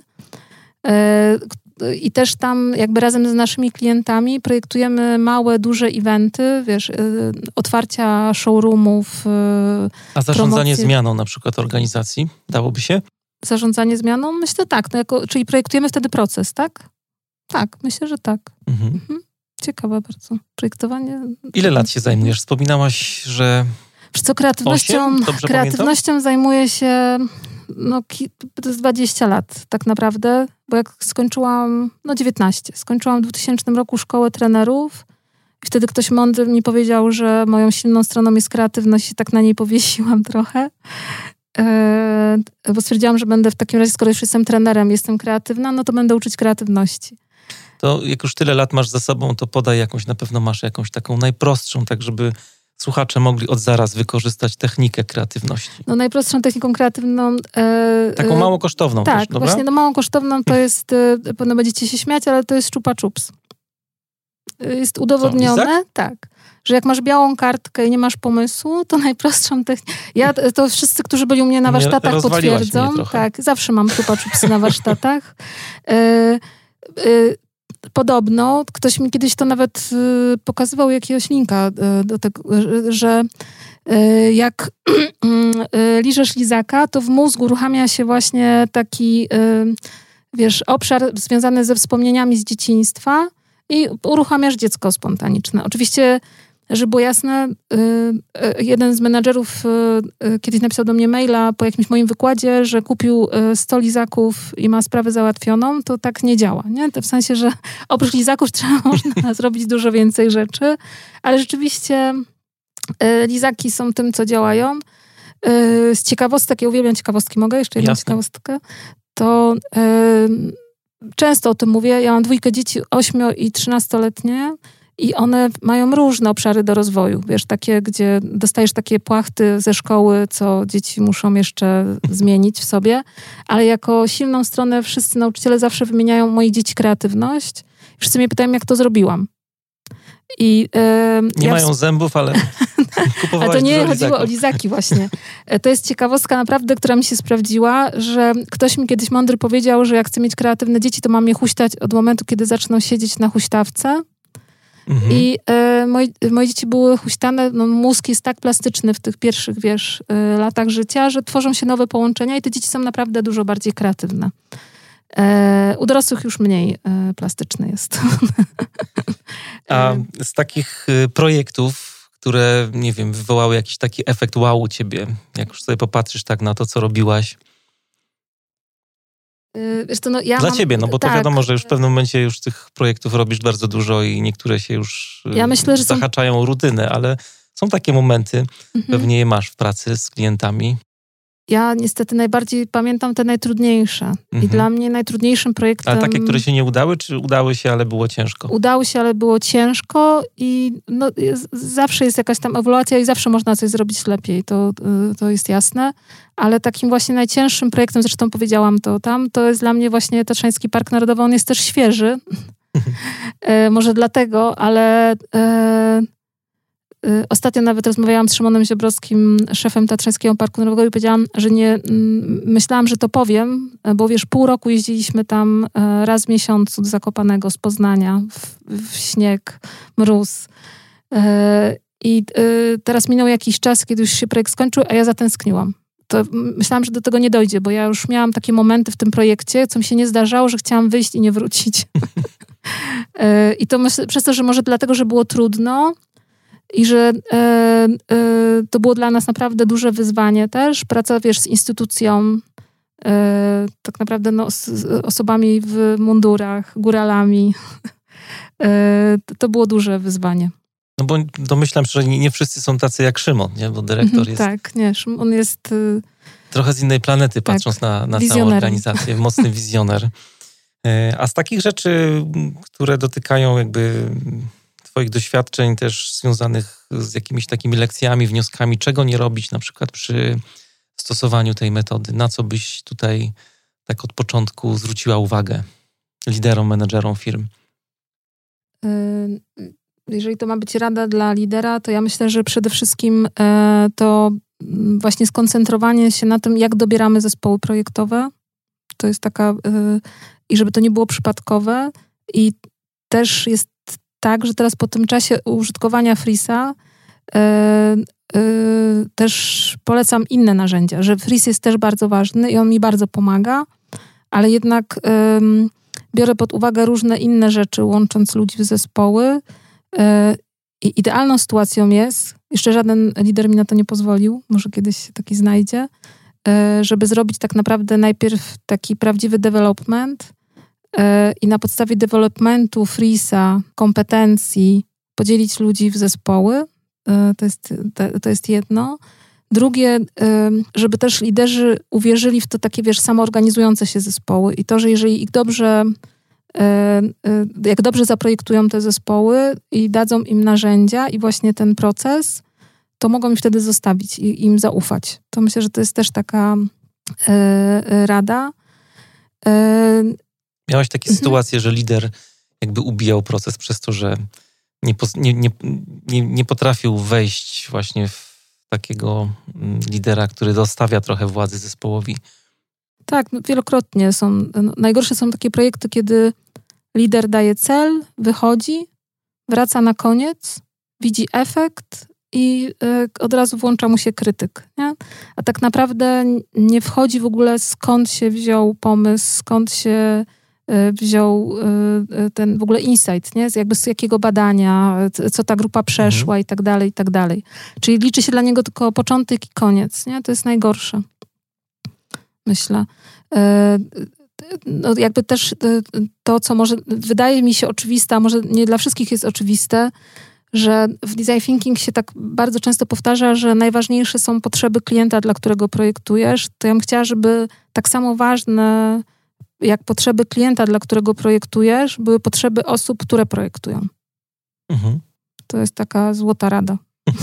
Yy, I też tam jakby razem z naszymi klientami projektujemy małe, duże eventy, wiesz, yy, otwarcia showroomów. Yy, A zarządzanie promocje. zmianą na przykład organizacji dałoby się? Zarządzanie zmianą? Myślę tak. No jako, czyli projektujemy wtedy proces, tak? Tak, myślę, że tak. Mhm. Mhm. Ciekawe bardzo. Projektowanie. Ile lat się zajmujesz? Wspominałaś, że... Wiesz co, kreatywnością, kreatywnością zajmuję się no, to jest dwadzieścia lat tak naprawdę, bo jak skończyłam, no dziewiętnaście, skończyłam w dwutysięcznym roku szkołę trenerów i wtedy ktoś mądry mi powiedział, że moją silną stroną jest kreatywność i tak na niej powiesiłam trochę. Yy, bo stwierdziłam, że będę w takim razie, skoro już jestem trenerem, jestem kreatywna, no to będę uczyć kreatywności. To jak już tyle lat masz za sobą, to podaj jakąś, na pewno masz jakąś taką najprostszą, tak żeby słuchacze mogli od zaraz wykorzystać technikę kreatywności. No najprostszą techniką kreatywną... E, Taką e, mało kosztowną tak, też, dobra? właśnie no mało kosztowną to jest, e, pewno będziecie się śmiać, ale to jest Chupa Chups. Jest udowodnione, Co, tak, że jak masz białą kartkę i nie masz pomysłu, to najprostszą techniką... Ja, to wszyscy, którzy byli u mnie na warsztatach potwierdzą. Tak, zawsze mam Chupa Chupsy na warsztatach. E, e, Podobno, ktoś mi kiedyś to nawet y, pokazywał jakiegoś linka y, do tego, że y, jak y, liżesz lizaka, to w mózgu uruchamia się właśnie taki, y, wiesz, obszar związany ze wspomnieniami z dzieciństwa i uruchamiasz dziecko spontaniczne. Oczywiście, żeby było jasne, y, y, jeden z menadżerów y, y, kiedyś napisał do mnie maila po jakimś moim wykładzie, że kupił y, sto lizaków i ma sprawę załatwioną, to tak nie działa, nie? To w sensie, że oprócz lizaków trzeba można zrobić dużo więcej rzeczy, ale rzeczywiście y, lizaki są tym, co działają. Y, z ciekawostek, ja uwielbiam ciekawostki, mogę jeszcze jedną Jasne. ciekawostkę? To y, często o tym mówię, ja mam dwójkę dzieci, ośmio- i trzynastoletnie, i one mają różne obszary do rozwoju. Wiesz, takie, gdzie dostajesz takie płachty ze szkoły, co dzieci muszą jeszcze zmienić w sobie. Ale jako silną stronę wszyscy nauczyciele zawsze wymieniają moich dzieci kreatywność. Wszyscy mnie pytają, jak to zrobiłam. I, yy, nie ja mają w... zębów, ale kupowałaś A to nie dużo chodziło lizaków. o lizaki właśnie. To jest ciekawostka naprawdę, która mi się sprawdziła, że ktoś mi kiedyś mądry powiedział, że jak chcę mieć kreatywne dzieci, to mam je huśtać od momentu, kiedy zaczną siedzieć na huśtawce. Mhm. I e, moje, moje dzieci były huśtane, no, mózg jest tak plastyczny w tych pierwszych, wiesz, e, latach życia, że tworzą się nowe połączenia i te dzieci są naprawdę dużo bardziej kreatywne. E, u dorosłych już mniej e, plastyczny jest. A z takich projektów, które, nie wiem, wywołały jakiś taki efekt wow u ciebie, jak już sobie popatrzysz tak na to, co robiłaś, Wiesz to, no, ja Dla mam, ciebie, no bo to tak. wiadomo, że już w pewnym momencie już tych projektów robisz bardzo dużo i niektóre się już ja myślę, że zahaczają są... o rutynę, ale są takie momenty, mhm. pewnie je masz w pracy z klientami. ja niestety najbardziej pamiętam te najtrudniejsze. Mhm. I dla mnie najtrudniejszym projektem... A takie, które się nie udały, czy udały się, ale było ciężko? Udały się, ale było ciężko i no, jest, zawsze jest jakaś tam ewolucja i zawsze można coś zrobić lepiej, to, to jest jasne. Ale takim właśnie najcięższym projektem, zresztą powiedziałam to tam, to jest dla mnie właśnie Tatrzański Park Narodowy. On jest też świeży. e, może dlatego, ale... E, Ostatnio nawet rozmawiałam z Szymonem Ziobrowskim, szefem Tatrzańskiego Parku Narodowego i powiedziałam, że nie, myślałam, że to powiem, bo wiesz, pół roku jeździliśmy tam raz w miesiącu do Zakopanego z Poznania, w, w śnieg, mróz. I teraz minął jakiś czas, kiedy już się projekt skończył, a ja zatęskniłam. To myślałam, że do tego nie dojdzie, bo ja już miałam takie momenty w tym projekcie, co mi się nie zdarzało, że chciałam wyjść i nie wrócić. I to myślę, przez to, że może dlatego, że było trudno, i że e, e, to było dla nas naprawdę duże wyzwanie też. Praca, wiesz, z instytucją, e, tak naprawdę no, z, z osobami w mundurach, góralami. E, to było duże wyzwanie. No bo domyślam się, że nie, nie wszyscy są tacy jak Szymon, nie? Bo dyrektor jest... Tak, nie, Szymon jest... Trochę z innej planety, tak, patrząc na, na całą organizację. Mocny wizjoner. E, a z takich rzeczy, które dotykają jakby... Twoich doświadczeń też związanych z jakimiś takimi lekcjami, wnioskami, czego nie robić na przykład przy stosowaniu tej metody? Na co byś tutaj tak od początku zwróciła uwagę liderom, menedżerom firm? Jeżeli to ma być rada dla lidera, to ja myślę, że przede wszystkim to właśnie skoncentrowanie się na tym, jak dobieramy zespoły projektowe. To jest taka... I żeby to nie było przypadkowe. I też jest tak, że teraz po tym czasie użytkowania Freeza yy, yy, też polecam inne narzędzia, że Freeze jest też bardzo ważny i on mi bardzo pomaga, ale jednak yy, biorę pod uwagę różne inne rzeczy, łącząc ludzi w zespoły. Yy, I idealną sytuacją jest, jeszcze żaden lider mi na to nie pozwolił, może kiedyś się taki znajdzie, yy, żeby zrobić tak naprawdę najpierw taki prawdziwy development, i na podstawie developmentu, Freeza, kompetencji podzielić ludzi w zespoły. To jest, to jest jedno. Drugie, żeby też liderzy uwierzyli w to takie, wiesz, samoorganizujące się zespoły i to, że jeżeli ich dobrze, jak dobrze zaprojektują te zespoły i dadzą im narzędzia i właśnie ten proces, to mogą im wtedy zostawić i im zaufać. To myślę, że to jest też taka rada. Miałaś takie mhm. sytuacje, że lider jakby ubijał proces przez to, że nie, nie, nie, nie, nie potrafił wejść właśnie w takiego lidera, który dostawia trochę władzy zespołowi. Tak, no wielokrotnie są. No, najgorsze są takie projekty, kiedy lider daje cel, wychodzi, wraca na koniec, widzi efekt i y, od razu włącza mu się krytyk. Nie? A tak naprawdę nie wchodzi w ogóle, skąd się wziął pomysł, skąd się wziął ten w ogóle insight, nie? Jakby z jakiego badania, co ta grupa przeszła mhm. i tak dalej, i tak dalej. Czyli liczy się dla niego tylko początek i koniec, nie? To jest najgorsze, myślę. No jakby też to, co może wydaje mi się oczywiste, a może nie dla wszystkich jest oczywiste, że w design thinking się tak bardzo często powtarza, że najważniejsze są potrzeby klienta, dla którego projektujesz. To ja bym chciała, żeby tak samo ważne jak potrzeby klienta, dla którego projektujesz, były potrzeby osób, które projektują. Mhm. To jest taka złota rada.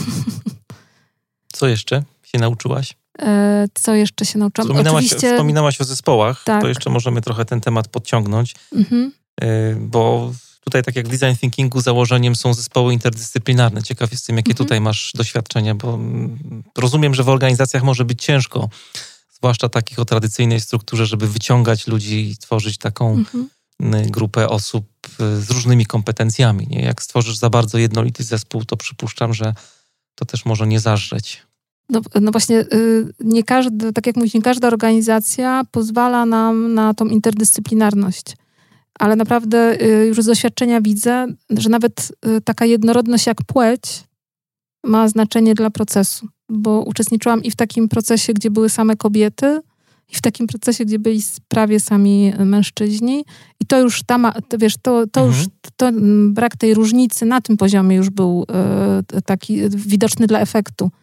Co jeszcze się nauczyłaś? E, co jeszcze się nauczyłam? Wspominałaś, Oczywiście... wspominałaś o zespołach, tak. To jeszcze możemy trochę ten temat podciągnąć, mhm. e, bo tutaj tak jak w design thinkingu założeniem są zespoły interdyscyplinarne. Ciekaw jestem, jakie mhm. tutaj masz doświadczenia, bo rozumiem, że w organizacjach może być ciężko, zwłaszcza takich o tradycyjnej strukturze, żeby wyciągać ludzi i tworzyć taką mhm. grupę osób z różnymi kompetencjami. Nie? Jak stworzysz za bardzo jednolity zespół, to przypuszczam, że to też może nie zażreć. No, no właśnie, nie każdy, tak jak mówisz, nie każda organizacja pozwala nam na tą interdyscyplinarność. Ale naprawdę już z doświadczenia widzę, że nawet taka jednorodność jak płeć ma znaczenie dla procesu. Bo uczestniczyłam i w takim procesie, gdzie były same kobiety, i w takim procesie, gdzie byli prawie sami mężczyźni. I to już tam, to, wiesz, to, to mhm. już to, brak tej różnicy na tym poziomie już był e, taki widoczny dla efektu.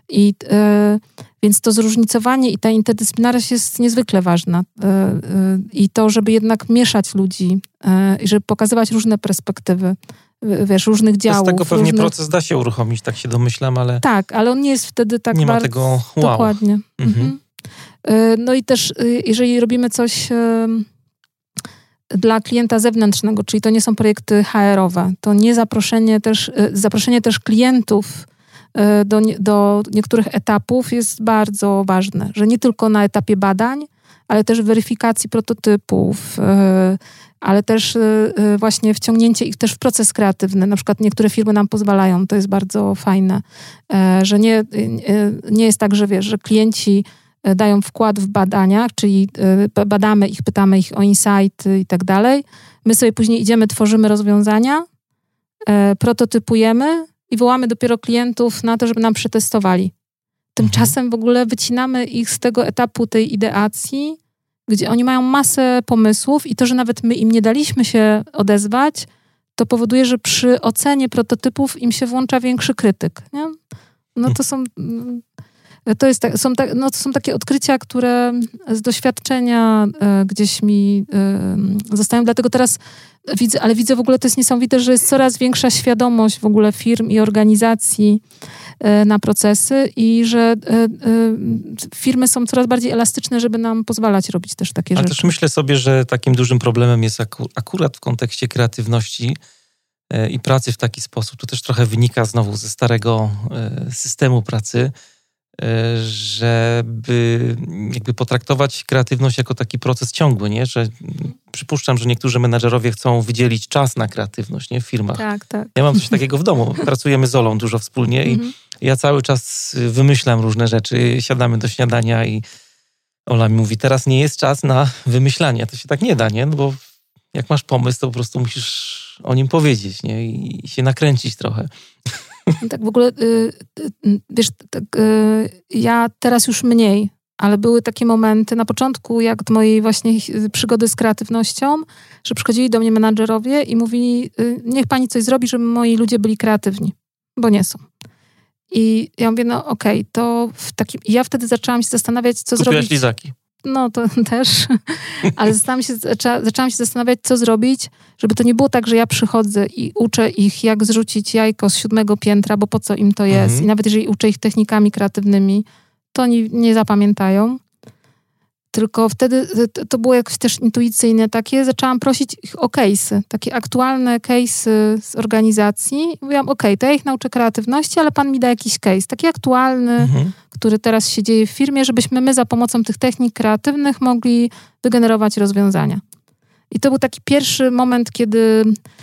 I e, więc to zróżnicowanie i ta interdyscyplinarność jest niezwykle ważna. E, e, I to, żeby jednak mieszać ludzi e, i żeby pokazywać różne perspektywy, wiesz, różnych działów. Z tego pewnie różnych... proces da się uruchomić, tak się domyślam, ale... Tak, ale on nie jest wtedy tak nie bardzo... ma tego wow. Dokładnie. Mhm. E, no i też, e, jeżeli robimy coś... E, dla klienta zewnętrznego, czyli to nie są projekty H R-owe, to nie zaproszenie też, zaproszenie też klientów do, do niektórych etapów jest bardzo ważne, że nie tylko na etapie badań, ale też weryfikacji prototypów, ale też właśnie wciągnięcie ich też w proces kreatywny. Na przykład niektóre firmy nam pozwalają, to jest bardzo fajne, że nie, nie jest tak, że wiesz, że klienci dają wkład w badania, czyli badamy ich, pytamy ich o insighty i tak dalej. My sobie później idziemy, tworzymy rozwiązania, prototypujemy i wołamy dopiero klientów na to, żeby nam przetestowali. Tymczasem w ogóle wycinamy ich z tego etapu tej ideacji, gdzie oni mają masę pomysłów i to, że nawet my im nie daliśmy się odezwać, to powoduje, że przy ocenie prototypów im się włącza większy krytyk. Nie? No to są... To, jest, są, no to są takie odkrycia, które z doświadczenia y, gdzieś mi y, zostają. Dlatego teraz widzę, ale widzę w ogóle, to jest niesamowite, że jest coraz większa świadomość w ogóle firm i organizacji y, na procesy i że y, y, firmy są coraz bardziej elastyczne, żeby nam pozwalać robić też takie ale rzeczy. Ale też myślę sobie, że takim dużym problemem jest aku- akurat w kontekście kreatywności y, i pracy w taki sposób. To też trochę wynika znowu ze starego y, systemu pracy, żeby jakby potraktować kreatywność jako taki proces ciągły, nie? Że przypuszczam, że niektórzy menadżerowie chcą wydzielić czas na kreatywność, nie? W firmach. Tak, tak. Ja mam coś takiego w domu. Pracujemy z Olą dużo wspólnie i ja cały czas wymyślam różne rzeczy. Siadamy do śniadania i Ola mi mówi, teraz nie jest czas na wymyślanie. To się tak nie da, nie? No bo jak masz pomysł, to po prostu musisz o nim powiedzieć, nie? I się nakręcić trochę. Tak w ogóle, y, y, wiesz, tak, y, ja teraz już mniej, ale były takie momenty na początku, jak do mojej właśnie przygody z kreatywnością, że przychodzili do mnie menadżerowie i mówili, y, niech pani coś zrobi, żeby moi ludzie byli kreatywni, bo nie są. I ja mówię, no okej, okay, to w takim... I ja wtedy zaczęłam się zastanawiać, co Kupiłaś zrobić. lizaki. No to też, ale zaczęłam się, zaczęłam się zastanawiać, co zrobić, żeby to nie było tak, że ja przychodzę i uczę ich, jak zrzucić jajko z siódmego piętra, bo po co im to jest. Mhm. I nawet jeżeli uczę ich technikami kreatywnymi, to oni nie zapamiętają. Tylko wtedy to było jakieś też intuicyjne takie. Zaczęłam prosić ich o case'y, takie aktualne case'y z organizacji. I mówiłam, okej, okay, to ja ich nauczę kreatywności, ale pan mi da jakiś case, taki aktualny, mhm. który teraz się dzieje w firmie, żebyśmy my za pomocą tych technik kreatywnych mogli wygenerować rozwiązania. I to był taki pierwszy moment, kiedy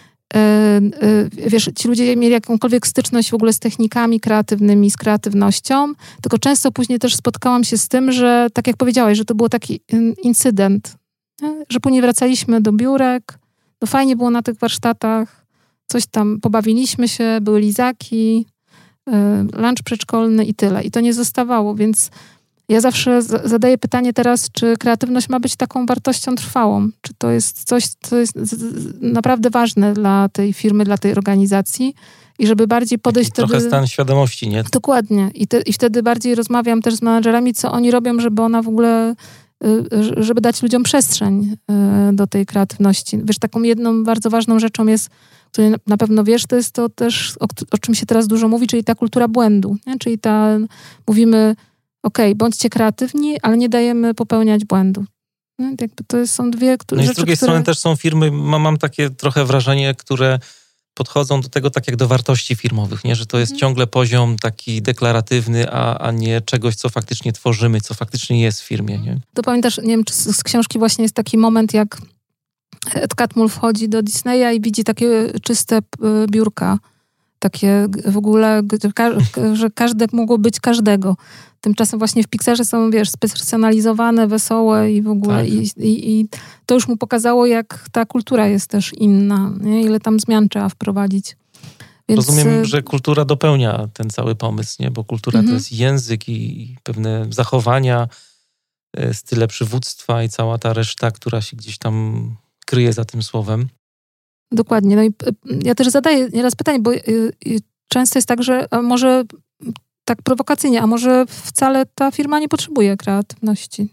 wiesz, ci ludzie mieli jakąkolwiek styczność w ogóle z technikami kreatywnymi, z kreatywnością, tylko często później też spotkałam się z tym, że tak jak powiedziałeś, że to był taki incydent, nie? Że później wracaliśmy do biurek, no fajnie było na tych warsztatach, coś tam pobawiliśmy się, były lizaki, lunch przedszkolny i tyle. I to nie zostawało, więc ja zawsze zadaję pytanie teraz, czy kreatywność ma być taką wartością trwałą? Czy to jest coś, co jest naprawdę ważne dla tej firmy, dla tej organizacji i żeby bardziej podejść wtedy... Trochę stan świadomości, nie? Dokładnie. I, te, I wtedy bardziej rozmawiam też z menadżerami, co oni robią, żeby ona w ogóle, żeby dać ludziom przestrzeń do tej kreatywności. Wiesz, taką jedną bardzo ważną rzeczą jest, której na pewno wiesz, to jest to też, o, o czym się teraz dużo mówi, czyli ta kultura błędu. Nie? Czyli ta, mówimy, okej, okay, bądźcie kreatywni, ale nie dajemy popełniać błędów. No, jakby to są dwie które, no i rzeczy, z drugiej które... strony też są firmy, mam, mam takie trochę wrażenie, które podchodzą do tego tak jak do wartości firmowych, nie? Że to jest hmm. ciągle poziom taki deklaratywny, a, a nie czegoś, co faktycznie tworzymy, co faktycznie jest w firmie. Nie? To pamiętasz, nie wiem, czy z, z książki właśnie jest taki moment, jak Ed Catmull wchodzi do Disneya i widzi takie czyste biurka, takie w ogóle, że każde mogło być każdego. Tymczasem właśnie w Pixarze są, wiesz, spersonalizowane, wesołe i w ogóle tak. i, i, i to już mu pokazało, jak ta kultura jest też inna, nie? Ile tam zmian trzeba wprowadzić. Więc... Rozumiem, że kultura dopełnia ten cały pomysł, nie? Bo kultura mhm. to jest język i pewne zachowania, style przywództwa i cała ta reszta, która się gdzieś tam kryje za tym słowem. Dokładnie. No i ja też zadaję nieraz pytanie, bo często jest tak, że może tak prowokacyjnie, a może wcale ta firma nie potrzebuje kreatywności?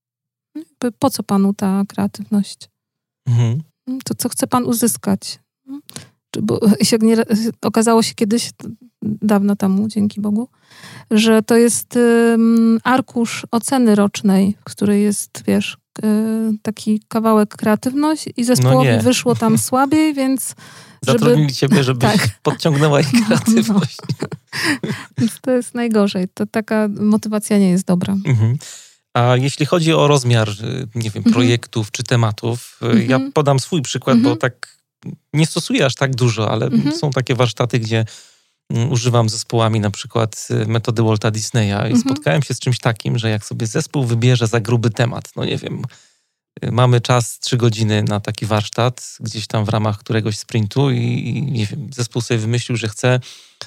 Po co panu ta kreatywność? Mhm. To co chce pan uzyskać? Bo się nie, okazało się kiedyś, dawno temu, dzięki Bogu, że to jest um, arkusz oceny rocznej, w której jest, wiesz, taki kawałek kreatywność i zespołowi no wyszło tam słabiej, więc zatrudnili żeby... ciebie, żebyś tak. podciągnęła ich kreatywność. No, no. Więc to jest najgorzej. To taka motywacja nie jest dobra. Mhm. A jeśli chodzi o rozmiar, nie wiem, projektów mhm. czy tematów, mhm. ja podam swój przykład, mhm. bo tak nie stosuję aż tak dużo, ale mhm. są takie warsztaty, gdzie używam zespołami na przykład metody Walta Disneya i mhm. spotkałem się z czymś takim, że jak sobie zespół wybierze za gruby temat, no nie wiem, mamy czas trzy godziny na taki warsztat, gdzieś tam w ramach któregoś sprintu i, i nie wiem, zespół sobie wymyślił, że chce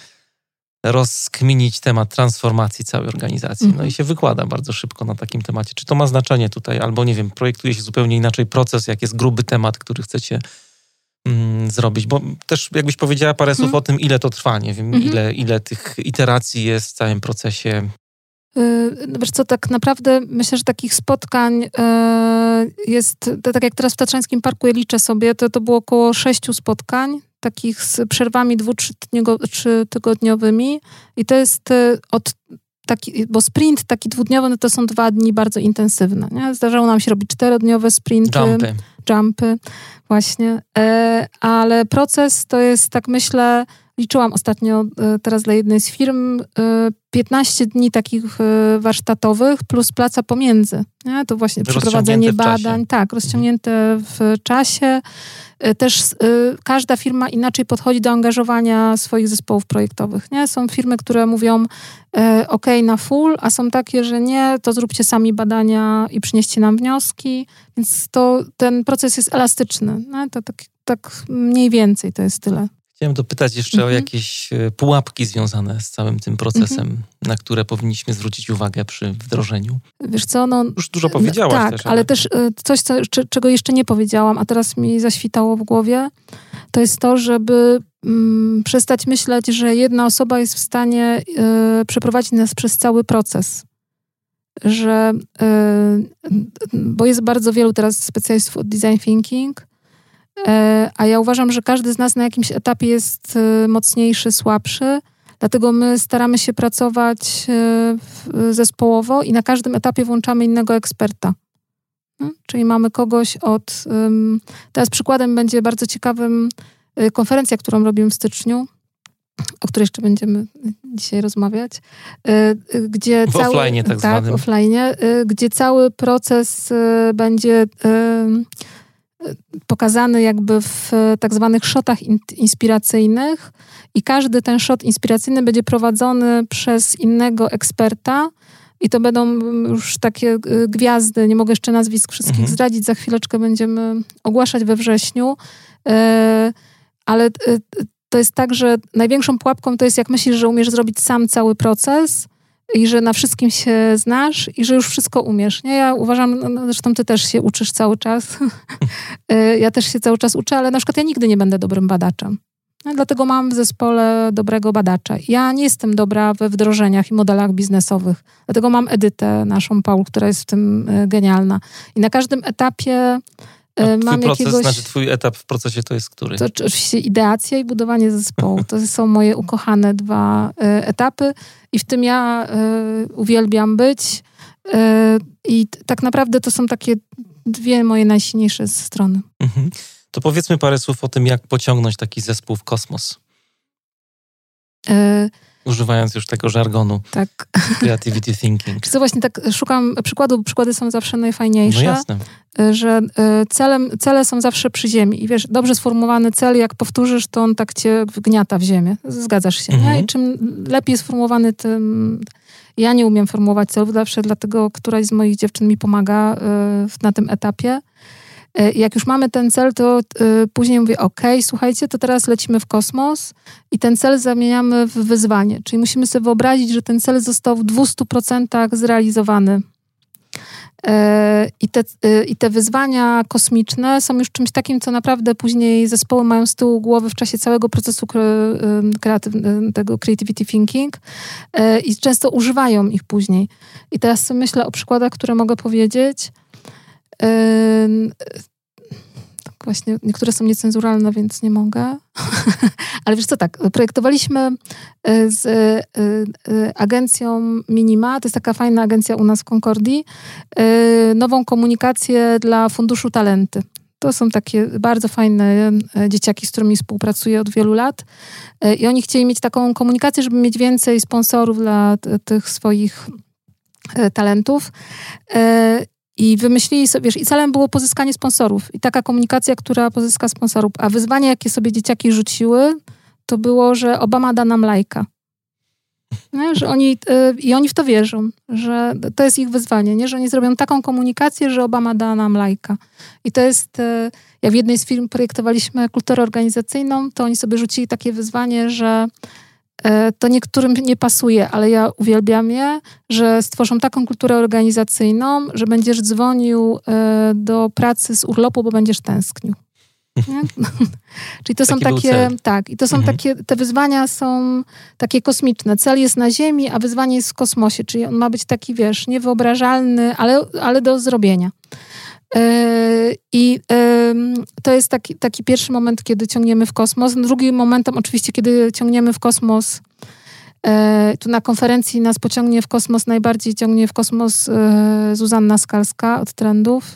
rozkminić temat transformacji całej organizacji. Mhm. No i się wykłada bardzo szybko na takim temacie. Czy to ma znaczenie tutaj, albo nie wiem, projektuje się zupełnie inaczej proces, jak jest gruby temat, który chcecie mm, zrobić. Bo też jakbyś powiedziała parę mhm. słów o tym, ile to trwa, nie wiem, mhm. ile, ile tych iteracji jest w całym procesie. Yy, wiesz co, tak naprawdę myślę, że takich spotkań yy, jest, tak jak teraz w Tatrzańskim Parku ja liczę sobie, to, to było około sześciu spotkań, takich z przerwami dwu, trzytygodniowymi i to jest od taki, bo sprint taki dwudniowy, no to są dwa dni bardzo intensywne, nie? Zdarzało nam się robić czterodniowe sprinty. Jumpy. Jumpy, właśnie. E, ale proces to jest, tak myślę, liczyłam ostatnio e, teraz dla jednej z firm, e, piętnaście dni takich e, warsztatowych plus praca pomiędzy. Nie? To właśnie przeprowadzenie badań. Tak, rozciągnięte w czasie. Też y, każda firma inaczej podchodzi do angażowania swoich zespołów projektowych. Nie? Są firmy, które mówią y, ok na full, a są takie, że nie, to zróbcie sami badania i przynieście nam wnioski. Więc to, ten proces jest elastyczny. Nie? To tak, tak mniej więcej to jest tyle. Chciałem dopytać jeszcze mhm. o jakieś pułapki związane z całym tym procesem, mhm. na które powinniśmy zwrócić uwagę przy wdrożeniu. Wiesz co, no... Już dużo powiedziałaś tak, też. Ale... ale też coś, co, czego jeszcze nie powiedziałam, a teraz mi zaświtało w głowie, to jest to, żeby mm, przestać myśleć, że jedna osoba jest w stanie y, przeprowadzić nas przez cały proces. Że, y, bo jest bardzo wielu teraz specjalistów od design thinking, a ja uważam, że każdy z nas na jakimś etapie jest mocniejszy, słabszy, dlatego my staramy się pracować zespołowo i na każdym etapie włączamy innego eksperta. No, czyli mamy kogoś od... Teraz przykładem będzie bardzo ciekawym konferencja, którą robimy w styczniu, o której jeszcze będziemy dzisiaj rozmawiać, gdzie w cały... offline tak, tak zwanym. w offline, gdzie cały proces będzie... pokazany jakby w tak zwanych shotach in- inspiracyjnych i każdy ten shot inspiracyjny będzie prowadzony przez innego eksperta i to będą już takie gwiazdy, nie mogę jeszcze nazwisk wszystkich mhm. zdradzić, za chwileczkę będziemy ogłaszać we wrześniu, ale to jest tak, że największą pułapką to jest, jak myślisz, że umiesz zrobić sam cały proces i że na wszystkim się znasz i że już wszystko umiesz. Nie? Ja uważam, no, zresztą ty też się uczysz cały czas. Ja też się cały czas uczę, ale na przykład ja nigdy nie będę dobrym badaczem. No, dlatego mam w zespole dobrego badacza. Ja nie jestem dobra we wdrożeniach i modelach biznesowych. Dlatego mam Edytę, naszą Paul, która jest w tym genialna. I na każdym etapie A mam twój proces, jakiegoś... znaczy twój etap w procesie to jest który? To oczywiście ideacja i budowanie zespołu. To są moje ukochane dwa y, etapy i w tym ja y, uwielbiam być y, i t- tak naprawdę to są takie dwie moje najsilniejsze strony. Mhm. To powiedzmy parę słów o tym, jak pociągnąć taki zespół w kosmos. Y- Używając już tego żargonu. Tak. Creativity thinking. Co właśnie tak szukam przykładu, bo przykłady są zawsze najfajniejsze. No jasne. Że celem, cele są zawsze przy ziemi. I wiesz, dobrze sformułowany cel, jak powtórzysz, to on tak cię wgniata w ziemię. Zgadzasz się, mhm. nie? I czym lepiej sformułowany, tym... Ja nie umiem formułować celów zawsze, dlatego któraś z moich dziewczyn mi pomaga na tym etapie. Jak już mamy ten cel, to y, później mówię, ok, słuchajcie, to teraz lecimy w kosmos i ten cel zamieniamy w wyzwanie. Czyli musimy sobie wyobrazić, że ten cel został w dwustu procentach zrealizowany. I te, I te wyzwania kosmiczne są już czymś takim, co naprawdę później zespoły mają z tyłu głowy w czasie całego procesu kreatywnego, tego creativity thinking i często używają ich później. I teraz sobie myślę o przykładach, które mogę powiedzieć. Właśnie niektóre są niecenzuralne, więc nie mogę. Ale wiesz co, tak, projektowaliśmy z agencją Minima, to jest taka fajna agencja u nas w Concordii, nową komunikację dla Funduszu Talenty. To są takie bardzo fajne dzieciaki, z którymi współpracuję od wielu lat. I oni chcieli mieć taką komunikację, żeby mieć więcej sponsorów dla t- tych swoich talentów. I wymyślili sobie, wiesz, i celem było pozyskanie sponsorów. I taka komunikacja, która pozyska sponsorów. A wyzwanie, jakie sobie dzieciaki rzuciły, to było, że Obama da nam lajka. Nie? Że oni, yy, I oni w to wierzą, że to jest ich wyzwanie, nie? Że oni zrobią taką komunikację, że Obama da nam lajka. I to jest, yy, jak w jednej z firm projektowaliśmy kulturę organizacyjną, to oni sobie rzucili takie wyzwanie, że to niektórym nie pasuje, ale ja uwielbiam je, że stworzą taką kulturę organizacyjną, że będziesz dzwonił do pracy z urlopu, bo będziesz tęsknił. Nie? Czyli to są takie, tak, i to są mhm. takie, te wyzwania są takie kosmiczne. Cel jest na Ziemi, a wyzwanie jest w kosmosie, czyli on ma być taki, wiesz, niewyobrażalny, ale, ale do zrobienia. I to jest taki, taki pierwszy moment, kiedy ciągniemy w kosmos. Drugim momentem oczywiście, kiedy ciągniemy w kosmos, tu na konferencji nas pociągnie w kosmos, najbardziej ciągnie w kosmos Zuzanna Skalska od Trendów.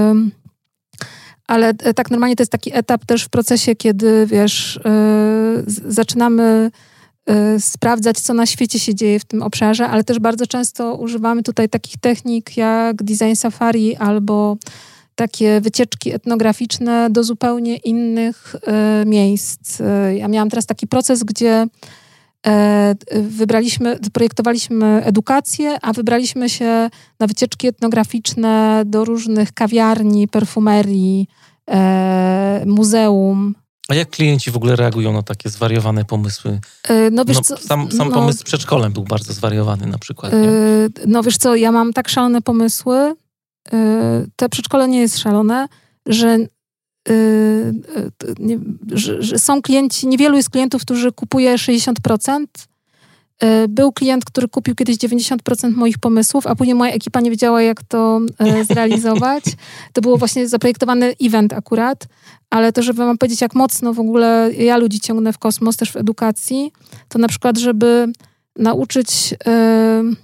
Ale tak normalnie to jest taki etap też w procesie, kiedy, wiesz, zaczynamy sprawdzać, co na świecie się dzieje w tym obszarze, ale też bardzo często używamy tutaj takich technik jak design safari albo takie wycieczki etnograficzne do zupełnie innych y, miejsc. Ja miałam teraz taki proces, gdzie y, wybraliśmy, projektowaliśmy edukację, a wybraliśmy się na wycieczki etnograficzne do różnych kawiarni, perfumerii, y, muzeum. A jak klienci w ogóle reagują na takie zwariowane pomysły? Yy, no wiesz no, co, sam sam no, pomysł z przedszkolem był bardzo zwariowany na przykład. Nie? Yy, no wiesz co, ja mam tak szalone pomysły. Yy, te przedszkole nie jest szalone, że, yy, nie, że, że są klienci, niewielu jest klientów, którzy kupuje sześćdziesiąt procent. Yy, był klient, który kupił kiedyś dziewięćdziesiąt procent moich pomysłów, a później moja ekipa nie wiedziała, jak to yy, zrealizować. To było właśnie zaprojektowany event akurat. Ale to, żeby wam powiedzieć, jak mocno w ogóle ja ludzi ciągnę w kosmos, też w edukacji, to na przykład, żeby nauczyć... Yy,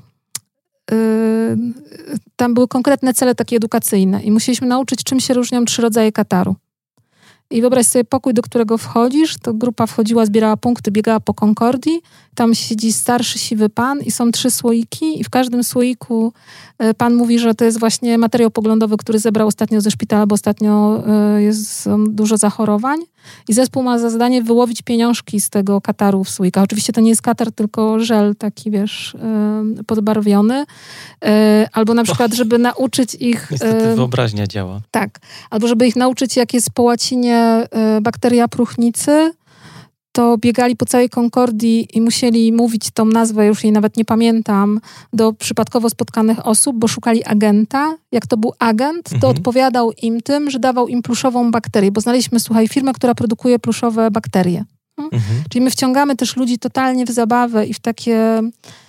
yy, tam były konkretne cele takie edukacyjne i musieliśmy nauczyć, czym się różnią trzy rodzaje kataru. I wyobraź sobie pokój, do którego wchodzisz, to grupa wchodziła, zbierała punkty, biegała po Concordii, tam siedzi starszy, siwy pan i są trzy słoiki i w każdym słoiku pan mówi, że to jest właśnie materiał poglądowy, który zebrał ostatnio ze szpitala, bo ostatnio jest dużo zachorowań i zespół ma za zadanie wyłowić pieniążki z tego kataru w słoikach. Oczywiście to nie jest katar, tylko żel taki, wiesz, podbarwiony. Albo na przykład, żeby nauczyć ich... Niestety wyobraźnia działa. Tak. Albo żeby ich nauczyć, jak jest po łacinie bakteria próchnicy, to biegali po całej Concordii i musieli mówić tą nazwę, już jej nawet nie pamiętam, do przypadkowo spotkanych osób, bo szukali agenta. Jak to był agent, to mhm. odpowiadał im tym, że dawał im pluszową bakterię, bo znaleźliśmy, słuchaj, firmę, która produkuje pluszowe bakterie. Hmm? Mhm. Czyli my wciągamy też ludzi totalnie w zabawę i w takie e,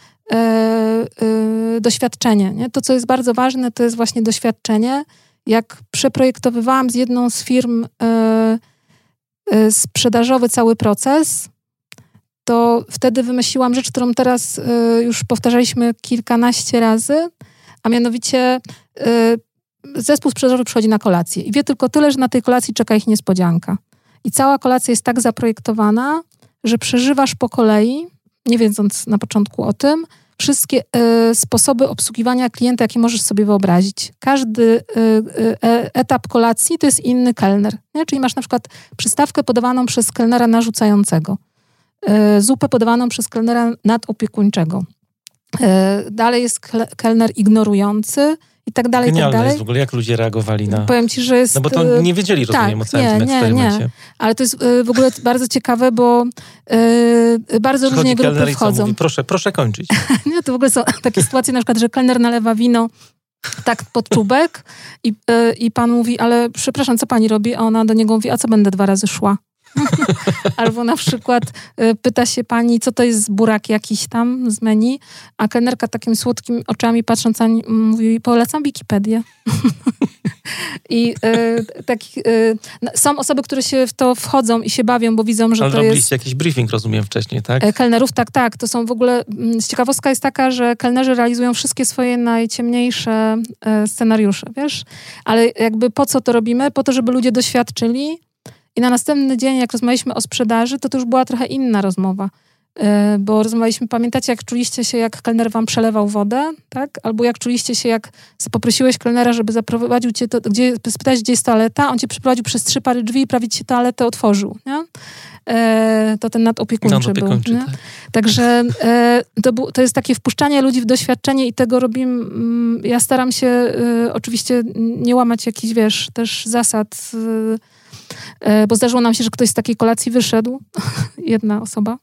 e, doświadczenie. Nie? To, co jest bardzo ważne, to jest właśnie doświadczenie. Jak przeprojektowywałam z jedną z firm e, sprzedażowy cały proces, to wtedy wymyśliłam rzecz, którą teraz y, już powtarzaliśmy kilkanaście razy, a mianowicie y, zespół sprzedażowy przychodzi na kolację i wie tylko tyle, że na tej kolacji czeka ich niespodzianka. I cała kolacja jest tak zaprojektowana, że przeżywasz po kolei, nie wiedząc na początku o tym, wszystkie y, sposoby obsługiwania klienta, jakie możesz sobie wyobrazić. Każdy y, y, etap kolacji to jest inny kelner. Nie? Czyli masz na przykład przystawkę podawaną przez kelnera narzucającego, y, zupę podawaną przez kelnera nadopiekuńczego. Y, dalej jest kelner ignorujący i tak dalej, Genialne tak dalej. jest w ogóle, jak ludzie reagowali na... Powiem ci, że jest... No bo to nie wiedzieli, rozumiem, tak, o całym nie, tym eksperymencie. Nie, nie. Ale to jest y, w ogóle bardzo ciekawe, bo y, bardzo Przychodzi różnie grupy kelner i co wchodzą. mówi, proszę, proszę kończyć. Nie, to w ogóle są takie sytuacje, na przykład, że kelner nalewa wino tak pod czubek i, y, i pan mówi, ale przepraszam, co pani robi? A ona do niego mówi, a co będę dwa razy szła? Albo na przykład y, pyta się pani, co to jest burak jakiś tam z menu, a kelnerka takim słodkimi oczami patrząc na nie, mówi, polecam Wikipedię. I y, taki, y, są osoby, które się w to wchodzą i się bawią, bo widzą, że ale to jest... robiliście jakiś briefing, rozumiem, wcześniej, tak? Kelnerów, tak, tak. To są w ogóle... Ciekawostka jest taka, że kelnerzy realizują wszystkie swoje najciemniejsze y, scenariusze, wiesz? Ale jakby po co to robimy? Po to, żeby ludzie doświadczyli. I na następny dzień, jak rozmawialiśmy o sprzedaży, to to już była trochę inna rozmowa. Yy, bo rozmawialiśmy, pamiętacie, jak czuliście się, jak kelner wam przelewał wodę, tak? Albo jak czuliście się, jak poprosiłeś kelnera, żeby zaprowadził cię, to, gdzie, spytałeś, gdzie jest toaleta, on cię przeprowadził przez trzy pary drzwi i prawie ci toaletę otworzył, nie? Yy, to ten nadopiekuńczy no, był. Nie? Tak. Także yy, to, bu, to jest takie wpuszczanie ludzi w doświadczenie i tego robimy. Yy, ja staram się yy, oczywiście nie łamać jakichś, wiesz, też zasad, yy, bo zdarzyło nam się, że ktoś z takiej kolacji wyszedł, jedna osoba,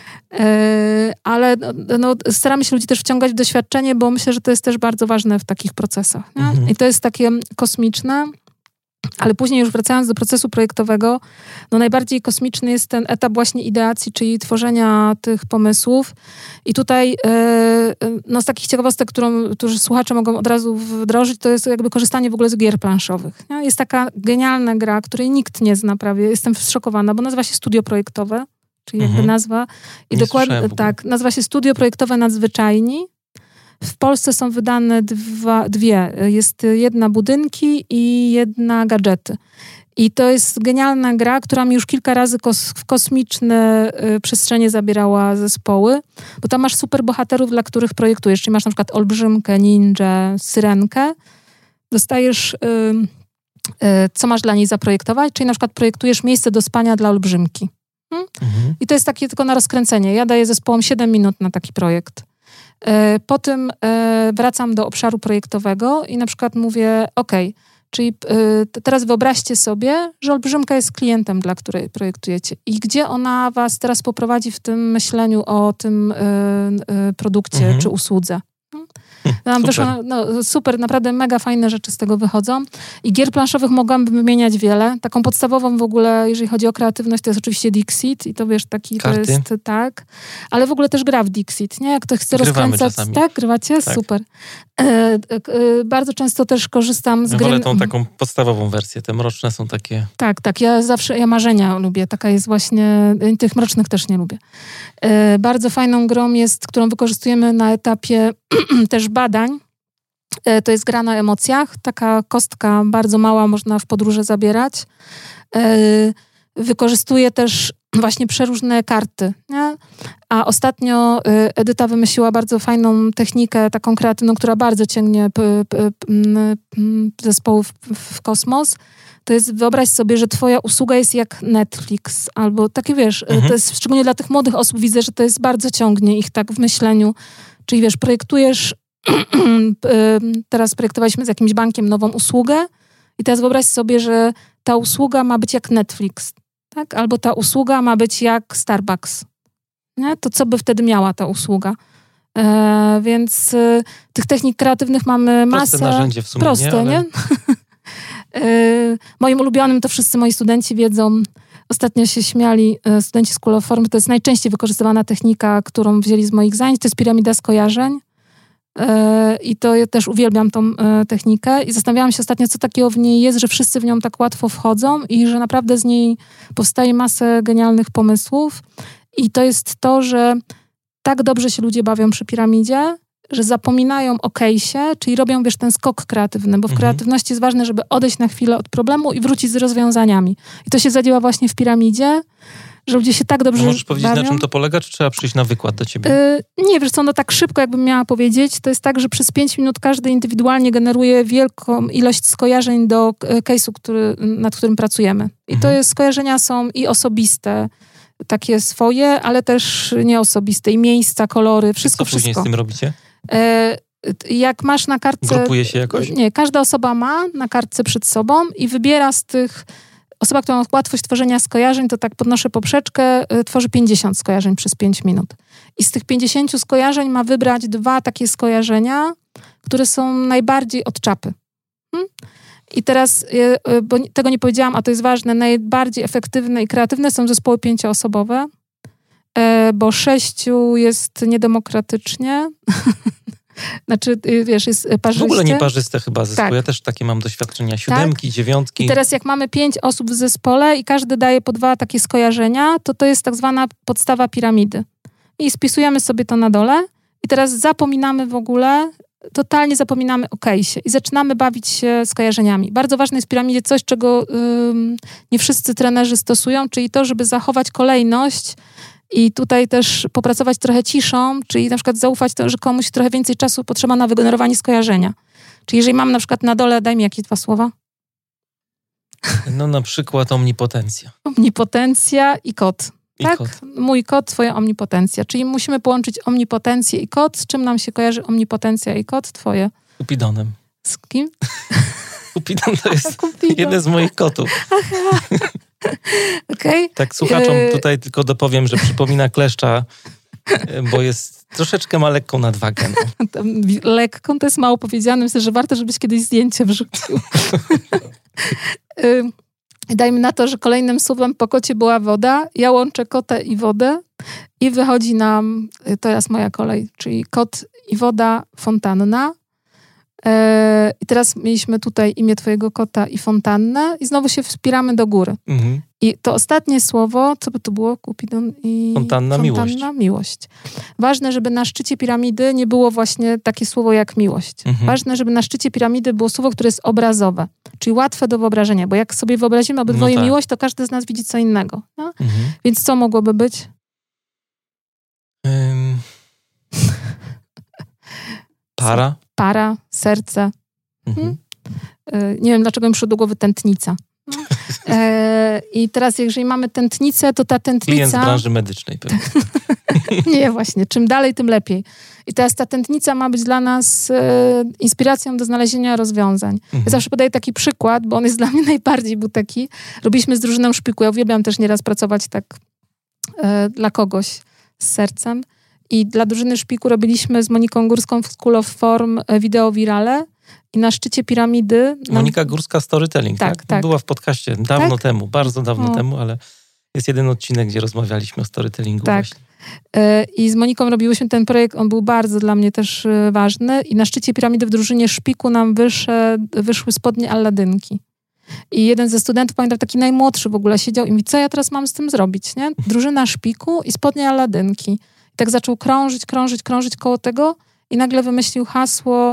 ale no, staramy się ludzi też wciągać w doświadczenie, bo myślę, że to jest też bardzo ważne w takich procesach. Nie? Mhm. I to jest takie kosmiczne, ale później już wracając do procesu projektowego, no najbardziej kosmiczny jest ten etap właśnie ideacji, czyli tworzenia tych pomysłów. I tutaj no z takich ciekawostek, którą, którzy słuchacze mogą od razu wdrożyć, to jest jakby korzystanie w ogóle z gier planszowych. Nie? Jest taka genialna gra, której nikt nie zna prawie. Jestem zszokowana, bo nazywa się Studio Projektowe, czyli jakby mhm. nazwa. I nie dokładnie tak, nazywa się Studio Projektowe Nadzwyczajni. W Polsce są wydane dwa, dwie. Jest jedna budynki i jedna gadżety. I to jest genialna gra, która mi już kilka razy kos, w kosmiczne y, przestrzenie zabierała zespoły, bo tam masz super bohaterów, dla których projektujesz. Czyli masz na przykład olbrzymkę, ninja, syrenkę. Dostajesz, y, y, co masz dla niej zaprojektować, czyli na przykład projektujesz miejsce do spania dla olbrzymki. Hmm? Mhm. I to jest takie tylko na rozkręcenie. Ja daję zespołom siedem minut na taki projekt. Po tym wracam do obszaru projektowego i na przykład mówię, ok, czyli teraz wyobraźcie sobie, że olbrzymka jest klientem, dla której projektujecie i gdzie ona was teraz poprowadzi w tym myśleniu o tym produkcie mhm. czy usłudze. Nam super. Wyszło, no, super, naprawdę mega fajne rzeczy z tego wychodzą. I gier planszowych mogłabym wymieniać wiele. Taką podstawową w ogóle, jeżeli chodzi o kreatywność, to jest oczywiście Dixit i to wiesz, taki Karty. to jest, tak. Ale w ogóle też gra w Dixit, nie? Jak ktoś chce Grywamy rozkręcać... czasami. Tak, grywacie? Tak. Super. E, e, bardzo często też korzystam z ja gry... wolę tą taką podstawową wersję, te mroczne są takie... Tak, tak, ja zawsze, ja marzenia lubię, taka jest właśnie, tych mrocznych też nie lubię. E, bardzo fajną grą jest, którą wykorzystujemy na etapie też badań. E, to jest gra na emocjach, taka kostka bardzo mała, można w podróże zabierać. E, wykorzystuję też właśnie przeróżne karty, nie? A ostatnio y, Edyta wymyśliła bardzo fajną technikę, taką kreatywną, która bardzo ciągnie p, p, p, zespoły w, w kosmos. To jest, wyobraź sobie, że twoja usługa jest jak Netflix, albo takie, wiesz, mhm. to jest szczególnie dla tych młodych osób, widzę, że to jest bardzo ciągnie ich tak w myśleniu. Czyli wiesz, projektujesz, teraz projektowaliśmy z jakimś bankiem nową usługę i teraz wyobraź sobie, że ta usługa ma być jak Netflix, tak? Albo ta usługa ma być jak Starbucks. Nie? To co by wtedy miała ta usługa? E, więc e, tych technik kreatywnych mamy masę. Proste narzędzie w sumie, Proste, nie? Ale... nie? e, moim ulubionym, to wszyscy moi studenci wiedzą, ostatnio się śmiali e, studenci School of Form, to jest najczęściej wykorzystywana technika, którą wzięli z moich zajęć, to jest piramida skojarzeń. I to ja też uwielbiam tą e, technikę i zastanawiałam się ostatnio, co takiego w niej jest, że wszyscy w nią tak łatwo wchodzą i że naprawdę z niej powstaje masę genialnych pomysłów. I to jest to, że tak dobrze się ludzie bawią przy piramidzie, że zapominają o case'ie, czyli robią, wiesz, ten skok kreatywny, bo w mhm. kreatywności jest ważne, żeby odejść na chwilę od problemu i wrócić z rozwiązaniami. I to się zadziała właśnie w piramidzie, że ludzie się tak dobrze Możesz powiedzieć, bawią. Na czym to polega, czy trzeba przyjść na wykład do ciebie? Yy, nie, wiesz co, no tak szybko jakbym miała powiedzieć, to jest tak, że przez pięć minut każdy indywidualnie generuje wielką ilość skojarzeń do case'u, który, nad którym pracujemy. I mhm. to jest, skojarzenia są i osobiste, takie swoje, ale też nieosobiste, i miejsca, kolory, wszystko, Co później wszystko. z tym robicie? Yy, jak masz na kartce... Grupuje się jakoś? Nie, każda osoba ma na kartce przed sobą i wybiera z tych... Osoba, która ma łatwość tworzenia skojarzeń, to tak podnoszę poprzeczkę, y, tworzy pięćdziesiąt skojarzeń przez pięć minut. I z tych pięćdziesięciu skojarzeń ma wybrać dwa takie skojarzenia, które są najbardziej od czapy. Hmm? I teraz, bo tego nie powiedziałam, a to jest ważne, najbardziej efektywne i kreatywne są zespoły pięcioosobowe, bo sześciu jest niedemokratycznie. Znaczy, wiesz, jest parzyście. W ogóle nieparzyste chyba zespół. Tak. Ja też takie mam doświadczenia. Siódemki, tak. dziewiątki. I teraz jak mamy pięć osób w zespole i każdy daje po dwa takie skojarzenia, to to jest tak zwana podstawa piramidy. I spisujemy sobie to na dole i teraz zapominamy w ogóle, totalnie zapominamy o case'ie i zaczynamy bawić się skojarzeniami. Bardzo ważne jest w piramidzie coś, czego ym, nie wszyscy trenerzy stosują, czyli to, żeby zachować kolejność i tutaj też popracować trochę ciszą, czyli na przykład zaufać to, że komuś trochę więcej czasu potrzeba na wygenerowanie skojarzenia. Czyli jeżeli mam na przykład na dole, daj mi jakieś dwa słowa. No na przykład omnipotencja. Omnipotencja i kot. I tak? kot. Mój kot, twoja omnipotencja. Czyli musimy połączyć omnipotencję i kot. Z czym nam się kojarzy omnipotencja i kot? Twoje. Kupidonem. Z kim? Kupidon to jest Kupidon. jeden z moich kotów. Aha. Okay. Tak, słuchaczom tutaj tylko dopowiem, że przypomina kleszcza, bo jest troszeczkę ma lekką nadwagę. No. Lekką to jest mało powiedziane. Myślę, że warto, żebyś kiedyś zdjęcie wrzucił. Dajmy na to, że kolejnym słowem po kocie była woda. Ja łączę kotę i wodę i wychodzi nam, teraz moja kolej, czyli kot i woda, fontanna. Yy, I teraz mieliśmy tutaj imię twojego kota i fontannę i znowu się wspieramy do góry. Mhm. I to ostatnie słowo, co by to było? Kupidon i... Fontanna, fontanna miłość. miłość. Ważne, żeby na szczycie piramidy nie było właśnie takie słowo jak miłość. Mhm. Ważne, żeby na szczycie piramidy było słowo, które jest obrazowe, czyli łatwe do wyobrażenia, bo jak sobie wyobrazimy obydwoje no tak. miłość, to każdy z nas widzi co innego. No? Mhm. Więc co mogłoby być? Um... Para? Para, serce. Mhm. Hmm? Nie wiem, dlaczego mi przyszło do głowy tętnica. No. E, I teraz, jeżeli mamy tętnicę, to ta tętnica... Klient z branży medycznej pewnie. Nie, właśnie. Czym dalej, tym lepiej. I teraz ta tętnica ma być dla nas e, inspiracją do znalezienia rozwiązań. Mhm. Ja zawsze podaję taki przykład, bo on jest dla mnie najbardziej był taki. Robiliśmy z drużyną szpiku. Ja uwielbiam też nieraz pracować tak e, dla kogoś z sercem. I dla drużyny szpiku robiliśmy z Moniką Górską w School of Form wideo wirale i na szczycie piramidy... Monika nam... Górska Storytelling, tak? tak? tak. Była w podcaście dawno tak? temu, bardzo dawno o. temu, ale jest jeden odcinek, gdzie rozmawialiśmy o storytellingu tak. właśnie. I z Moniką robiłyśmy ten projekt, on był bardzo dla mnie też ważny i na szczycie piramidy w drużynie szpiku nam wyszedł, wyszły spodnie Alladynki. I jeden ze studentów, pamiętam, taki najmłodszy w ogóle, siedział i mówi, co ja teraz mam z tym zrobić, nie? Drużyna szpiku i spodnie Alladynki. Tak zaczął krążyć, krążyć, krążyć koło tego i nagle wymyślił hasło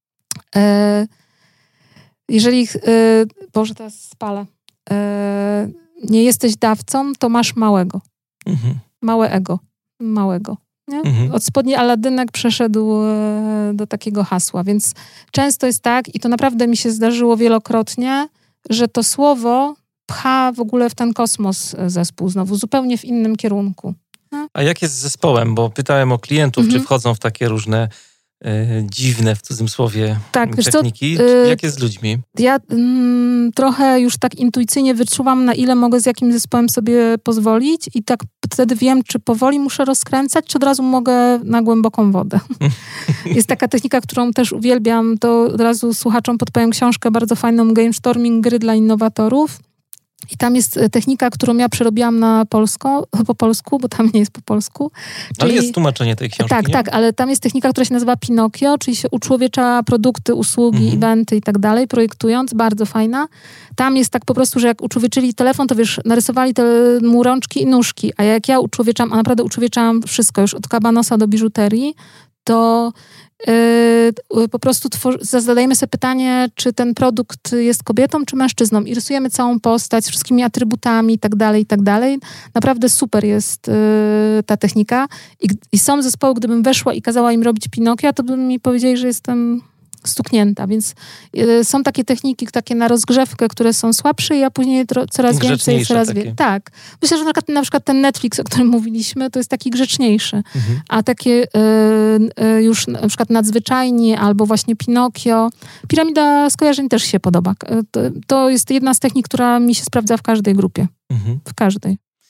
e, jeżeli, e, Boże, teraz spalę, e, nie jesteś dawcą, to masz małego. Mhm. Małe ego. Małego. Nie? Mhm. Od spodni Alladynek przeszedł e, do takiego hasła, więc często jest tak i to naprawdę mi się zdarzyło wielokrotnie, że to słowo pcha w ogóle w ten kosmos zespół znowu, zupełnie w innym kierunku. A jak jest z zespołem? Bo pytałem o klientów, mhm. czy wchodzą w takie różne e, dziwne, w cudzysłowie, tak, techniki. Co, y, jak jest z ludźmi? Ja mm, trochę już tak intuicyjnie wyczuwam, na ile mogę z jakim zespołem sobie pozwolić i tak wtedy wiem, czy powoli muszę rozkręcać, czy od razu mogę na głęboką wodę. Jest taka technika, którą też uwielbiam, to od razu słuchaczom podpowiem książkę bardzo fajną, Gamestorming, gry dla innowatorów. I tam jest technika, którą ja przerobiłam na polsko, po polsku, bo tam nie jest po polsku. Czyli, ale jest tłumaczenie tej książki, Tak, nie? tak, ale tam jest technika, która się nazywa Pinokio, czyli się uczłowiecza produkty, usługi, mhm. eventy i tak dalej, projektując, bardzo fajna. Tam jest tak po prostu, że jak uczłowieczyli telefon, to wiesz, narysowali te mu rączki i nóżki, a jak ja uczłowieczam, a naprawdę uczłowieczałam wszystko, już od kabanosa do biżuterii, to Yy, po prostu twor- zadajemy sobie pytanie, czy ten produkt jest kobietą, czy mężczyzną i rysujemy całą postać z wszystkimi atrybutami i tak dalej, i tak dalej. Naprawdę super jest yy, ta technika I, i są zespoły, gdybym weszła i kazała im robić Pinokia, to by mi powiedzieli, że jestem stuknięta, więc y, są takie techniki, takie na rozgrzewkę, które są słabsze i a później tro, coraz więcej, coraz więcej. Tak. Myślę, że na przykład, na przykład ten Netflix, o którym mówiliśmy, to jest taki grzeczniejszy, mhm. a takie y, y, już na przykład Nadzwyczajni albo właśnie Pinokio. Piramida skojarzeń też się podoba. To, to jest jedna z technik, która mi się sprawdza w każdej grupie. Mhm. W każdej.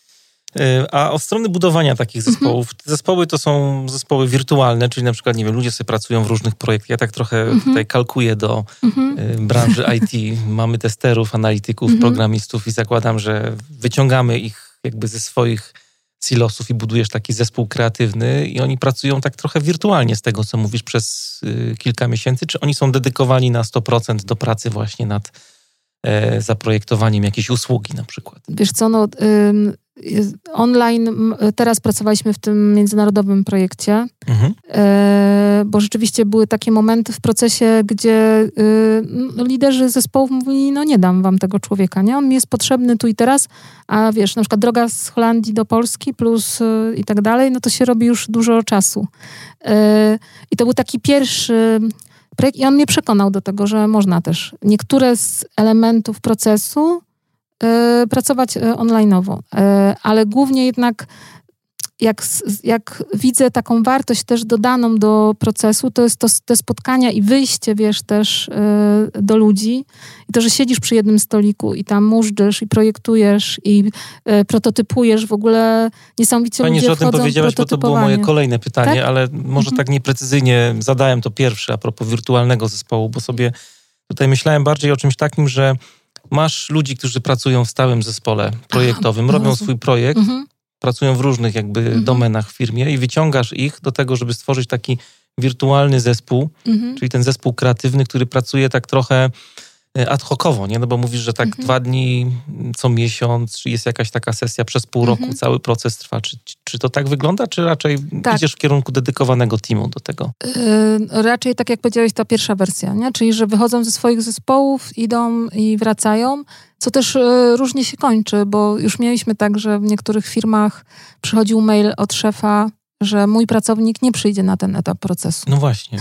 A od strony budowania takich zespołów, mhm. zespoły to są zespoły wirtualne, czyli na przykład, nie wiem, ludzie sobie pracują w różnych projektach. Ja tak trochę mhm. tutaj kalkuję do mhm. branży I T. Mamy testerów, analityków, mhm. programistów i zakładam, że wyciągamy ich jakby ze swoich silosów i budujesz taki zespół kreatywny i oni pracują tak trochę wirtualnie z tego, co mówisz, przez y, kilka miesięcy. Czy oni są dedykowani na sto procent do pracy właśnie nad e, zaprojektowaniem jakiejś usługi na przykład? Wiesz co, no ym, online teraz pracowaliśmy w tym międzynarodowym projekcie, mhm. e, bo rzeczywiście były takie momenty w procesie, gdzie y, no, liderzy zespołów mówili, no nie dam wam tego człowieka, nie? On mi jest potrzebny tu i teraz, a wiesz, na przykład droga z Holandii do Polski plus y, i tak dalej, no to się robi już dużo czasu. E, I to był taki pierwszy projekt i on mnie przekonał do tego, że można też niektóre z elementów procesu pracować online'owo, ale głównie jednak jak, jak widzę taką wartość też dodaną do procesu, to jest to, te spotkania i wyjście, wiesz, też do ludzi i to, że siedzisz przy jednym stoliku i tam móżdżysz i projektujesz i prototypujesz, w ogóle niesamowicie Fajnie, ludzie że o tym powiedziałaś, bo to było moje kolejne pytanie, tak? Ale może mhm. tak nieprecyzyjnie zadałem to pierwsze a propos wirtualnego zespołu, bo sobie tutaj myślałem bardziej o czymś takim, że masz ludzi, którzy pracują w stałym zespole projektowym, Aha, robią rozumiem. swój projekt, mhm. pracują w różnych jakby mhm. domenach w firmie i wyciągasz ich do tego, żeby stworzyć taki wirtualny zespół, mhm. czyli ten zespół kreatywny, który pracuje tak trochę ad hocowo, nie? No bo mówisz, że tak mhm. dwa dni co miesiąc, czy jest jakaś taka sesja przez pół roku, mhm. cały proces trwa. Czy, czy to tak wygląda, czy raczej tak. idziesz w kierunku dedykowanego teamu do tego? Yy, raczej tak jak powiedziałeś, ta pierwsza wersja, nie? Czyli że wychodzą ze swoich zespołów, idą i wracają, co też yy, różnie się kończy, bo już mieliśmy tak, że w niektórych firmach przychodził mail od szefa, że mój pracownik nie przyjdzie na ten etap procesu. No właśnie.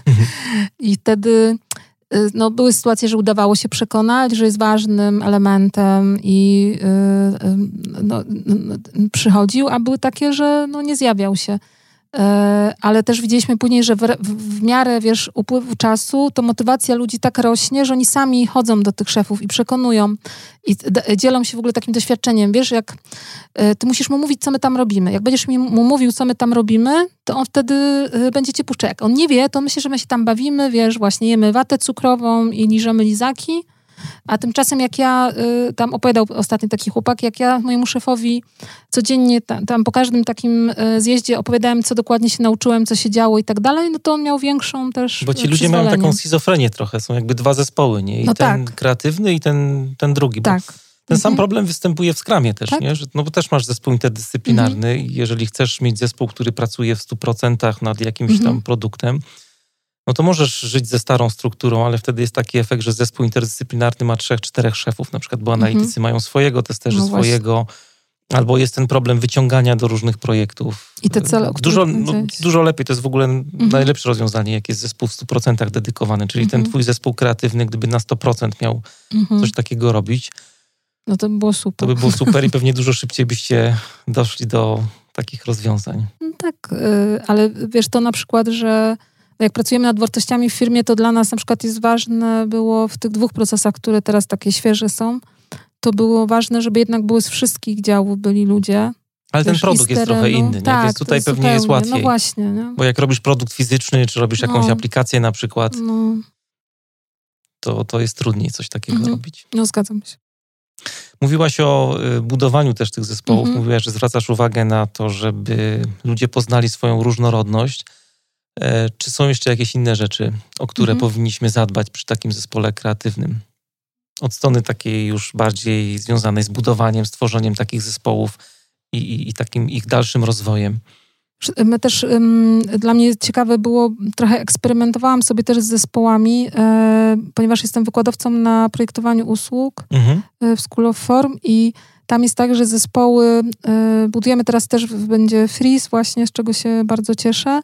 I wtedy no, były sytuacje, że udawało się przekonać, że jest ważnym elementem i yy, no, no, przychodził, a były takie, że no, nie zjawiał się. Yy, ale też widzieliśmy później, że w, w, w miarę, wiesz, upływu czasu to motywacja ludzi tak rośnie, że oni sami chodzą do tych szefów i przekonują i d- dzielą się w ogóle takim doświadczeniem. Wiesz, jak yy, ty musisz mu mówić, co my tam robimy. Jak będziesz mi mu mówił, co my tam robimy, to on wtedy yy, będzie cię puszczał. Jak on nie wie, to myśli, że my się tam bawimy, wiesz, właśnie jemy watę cukrową i liżemy lizaki. A tymczasem jak ja, y, tam opowiadał ostatnio taki chłopak, jak ja mojemu szefowi codziennie tam, tam po każdym takim y, zjeździe opowiadałem, co dokładnie się nauczyłem, co się działo i tak dalej, no to on miał większą też Bo ci ludzie mają taką schizofrenię trochę, są jakby dwa zespoły, nie? I no ten tak. kreatywny i ten, ten drugi. Tak. Bo ten sam mhm. problem występuje w Scrumie też, tak? Nie? Że, no bo też masz zespół interdyscyplinarny mhm. i jeżeli chcesz mieć zespół, który pracuje w stu procentach nad jakimś mhm. tam produktem, no to możesz żyć ze starą strukturą, ale wtedy jest taki efekt, że zespół interdyscyplinarny ma trzech, czterech szefów, na przykład, bo analitycy mhm. mają swojego, testerzy no swojego, albo jest ten problem wyciągania do różnych projektów. I te cele, dużo, no, dużo lepiej, to jest w ogóle mhm. najlepsze rozwiązanie, jak jest zespół w stu procentach dedykowany, czyli mhm. ten twój zespół kreatywny, gdyby na sto procent miał mhm. coś takiego robić, no to by było super. To by było super i pewnie dużo szybciej byście doszli do takich rozwiązań. No tak, yy, ale wiesz, to na przykład, że jak pracujemy nad wartościami w firmie, to dla nas na przykład jest ważne było w tych dwóch procesach, które teraz takie świeże są, to było ważne, żeby jednak były z wszystkich działów byli ludzie. Ale ten produkt jest trochę inny, nie? Tak, Więc tutaj jest pewnie zupełnie, jest łatwiej. No właśnie. Nie? Bo jak robisz produkt fizyczny, czy robisz jakąś no. aplikację na przykład, no. to, to jest trudniej coś takiego mhm. robić. No zgadzam się. Mówiłaś o budowaniu też tych zespołów. Mhm. Mówiłaś, że zwracasz uwagę na to, żeby ludzie poznali swoją różnorodność. E, czy są jeszcze jakieś inne rzeczy, o które mhm. powinniśmy zadbać przy takim zespole kreatywnym? Od strony takiej już bardziej związanej z budowaniem, z tworzeniem takich zespołów i, i, i takim ich dalszym rozwojem. My też, um, dla mnie ciekawe było, trochę eksperymentowałam sobie też z zespołami, e, ponieważ jestem wykładowcą na projektowaniu usług mhm. e, w School of Form i tam jest tak, że zespoły e, budujemy teraz też, będzie Freeze właśnie, z czego się bardzo cieszę.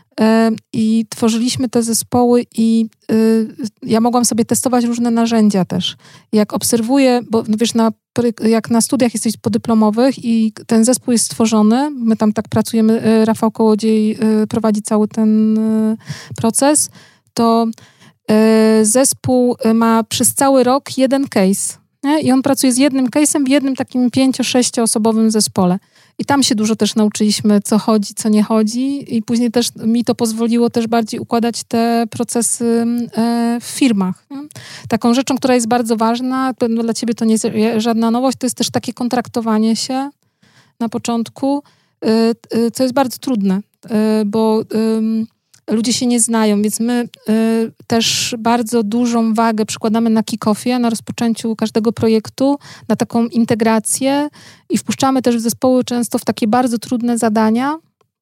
I tworzyliśmy te zespoły i y, ja mogłam sobie testować różne narzędzia też. Jak obserwuję, bo wiesz, na, jak na studiach jesteś podyplomowych i ten zespół jest stworzony, my tam tak pracujemy, Rafał Kołodziej y, prowadzi cały ten y, proces, to y, zespół ma przez cały rok jeden case. Nie? I on pracuje z jednym case'em w jednym takim pięcio-sześcioosobowym zespole. I tam się dużo też nauczyliśmy, co chodzi, co nie chodzi i później też mi to pozwoliło też bardziej układać te procesy w firmach. Nie? Taką rzeczą, która jest bardzo ważna, dla ciebie to nie jest żadna nowość, to jest też takie kontraktowanie się na początku, co jest bardzo trudne, bo ludzie się nie znają, więc my y, też bardzo dużą wagę przykładamy na kick-offie, na rozpoczęciu każdego projektu, na taką integrację i wpuszczamy też w zespoły często w takie bardzo trudne zadania,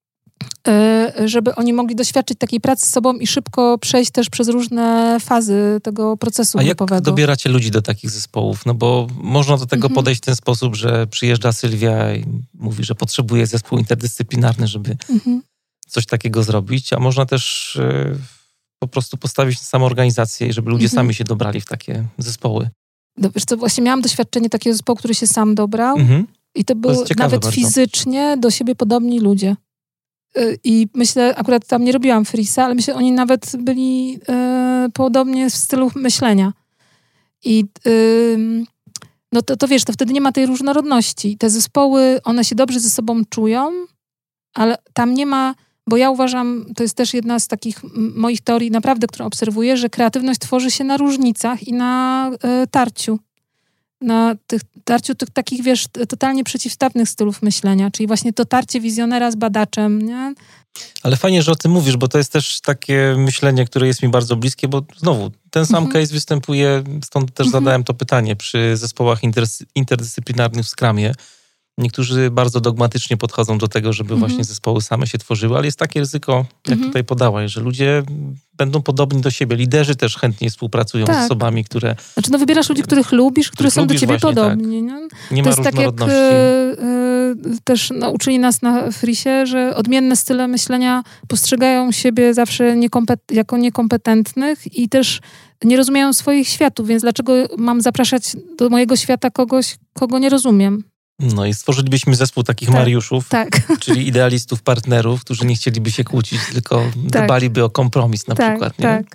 y, żeby oni mogli doświadczyć takiej pracy z sobą i szybko przejść też przez różne fazy tego procesu A grupowego. Jak dobieracie ludzi do takich zespołów? No bo można do tego mhm. podejść w ten sposób, że przyjeżdża Sylwia i mówi, że potrzebuje zespół interdyscyplinarny, żeby mhm. coś takiego zrobić, a można też y, po prostu postawić na samą organizację i żeby ludzie mhm. sami się dobrali w takie zespoły. No, wiesz co, właśnie miałam doświadczenie takiego zespołu, który się sam dobrał mhm. i to były nawet bardzo. fizycznie do siebie podobni ludzie. Y, I myślę, akurat tam nie robiłam frisa, ale myślę, oni nawet byli y, podobnie w stylu myślenia. I y, no to, to wiesz, to wtedy nie ma tej różnorodności. Te zespoły, one się dobrze ze sobą czują, ale tam nie ma. Bo ja uważam, to jest też jedna z takich moich teorii naprawdę, którą obserwuję, że kreatywność tworzy się na różnicach i na y, tarciu. Na tych, tarciu tych takich, wiesz, totalnie przeciwstawnych stylów myślenia. Czyli właśnie to tarcie wizjonera z badaczem, nie? Ale fajnie, że o tym mówisz, bo to jest też takie myślenie, które jest mi bardzo bliskie, bo znowu, ten sam mhm. case występuje, stąd też mhm. zadałem to pytanie, przy zespołach inter, interdyscyplinarnych w Scrumie. Niektórzy bardzo dogmatycznie podchodzą do tego, żeby mhm. właśnie zespoły same się tworzyły, ale jest takie ryzyko, jak mhm. tutaj podałaś, że ludzie będą podobni do siebie. Liderzy też chętnie współpracują tak. z osobami, które... Znaczy no wybierasz ludzi, których lubisz, którzy są do ciebie właśnie, podobni. Tak. Nie, nie to ma jest tak jak e, e, też nauczyli nas na frisie, że odmienne style myślenia postrzegają siebie zawsze niekompet- jako niekompetentnych i też nie rozumieją swoich światów, więc dlaczego mam zapraszać do mojego świata kogoś, kogo nie rozumiem? No i stworzylibyśmy zespół takich tak, Mariuszów, tak. czyli idealistów, partnerów, którzy nie chcieliby się kłócić, tylko tak. dbaliby o kompromis na tak, przykład. Nie? Tak,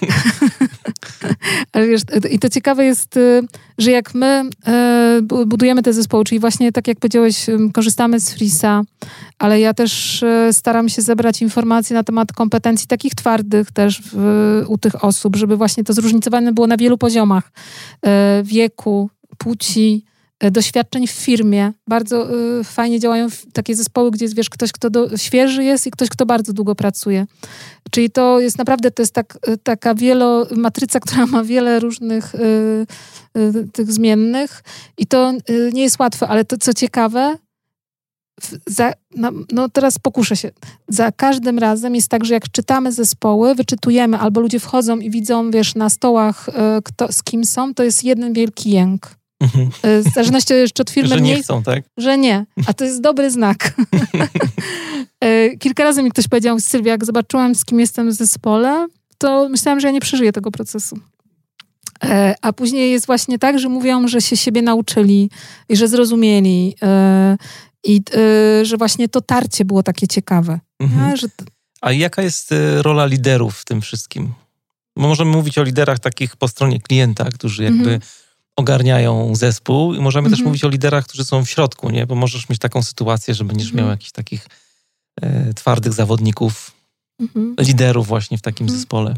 Ale wiesz, i to ciekawe jest, że jak my budujemy te zespoły, czyli właśnie tak jak powiedziałeś, korzystamy z frisa, ale ja też staram się zebrać informacje na temat kompetencji takich twardych też w, u tych osób, żeby właśnie to zróżnicowane było na wielu poziomach wieku, płci, doświadczeń w firmie. Bardzo y, fajnie działają takie zespoły, gdzie jest, wiesz, ktoś, kto do, świeży jest i ktoś, kto bardzo długo pracuje. Czyli to jest naprawdę, to jest tak, taka wielo, matryca, która ma wiele różnych y, y, tych zmiennych i to y, nie jest łatwe, ale to, co ciekawe, za, no, no teraz pokuszę się. Za każdym razem jest tak, że jak czytamy zespoły, wyczytujemy, albo ludzie wchodzą i widzą, wiesz, na stołach, y, kto, z kim są, to jest jeden wielki jęk. W zależności jeszcze od firmy. Że nie chcą, tak? Że nie. A to jest dobry znak. Kilka razy mi ktoś powiedział, Sylwia, jak zobaczyłam, z kim jestem w zespole, to myślałam, że ja nie przeżyję tego procesu. A później jest właśnie tak, że mówią, że się siebie nauczyli i że zrozumieli i że właśnie to tarcie było takie ciekawe. Mhm. A, że to... A jaka jest rola liderów w tym wszystkim? Bo możemy mówić o liderach takich po stronie klienta, którzy jakby mhm. ogarniają zespół i możemy mhm. też mówić o liderach, którzy są w środku, nie? Bo możesz mieć taką sytuację, że będziesz mhm. miał jakichś takich e, twardych zawodników, mhm. liderów właśnie w takim mhm. zespole.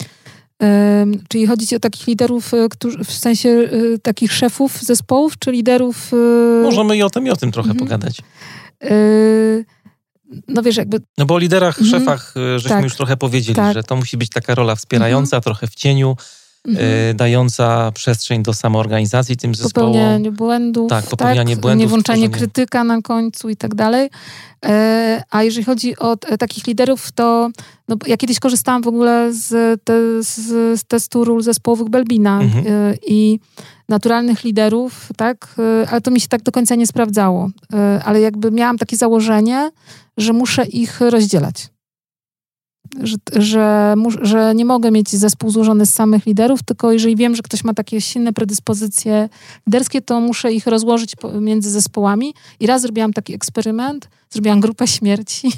Um, czyli chodzi ci o takich liderów, którzy, w sensie y, takich szefów zespołów, czy liderów... Y... Możemy i o tym, i o tym trochę mhm. pogadać. Y... No wiesz, jakby... No bo o liderach, mhm. szefach żeśmy tak. już trochę powiedzieli, tak. że to musi być taka rola wspierająca, mhm. trochę w cieniu, Mhm. Y, dająca przestrzeń do samoorganizacji tym zespołom. Popełnianie błędów, tak, popełnianie tak, błędów, nie włączanie tworzenie... krytyka na końcu i tak dalej. E, a jeżeli chodzi o t, takich liderów, to no, ja kiedyś korzystałam w ogóle z, te, z, z testu ról zespołowych Belbina mhm. e, i naturalnych liderów, tak, e, ale to mi się tak do końca nie sprawdzało. E, ale jakby miałam takie założenie, że muszę ich rozdzielać. że, że, że nie mogę mieć zespół złożony z samych liderów, tylko jeżeli wiem, że ktoś ma takie silne predyspozycje liderskie, to muszę ich rozłożyć między zespołami. I raz zrobiłam taki eksperyment, zrobiłam grupę śmierci.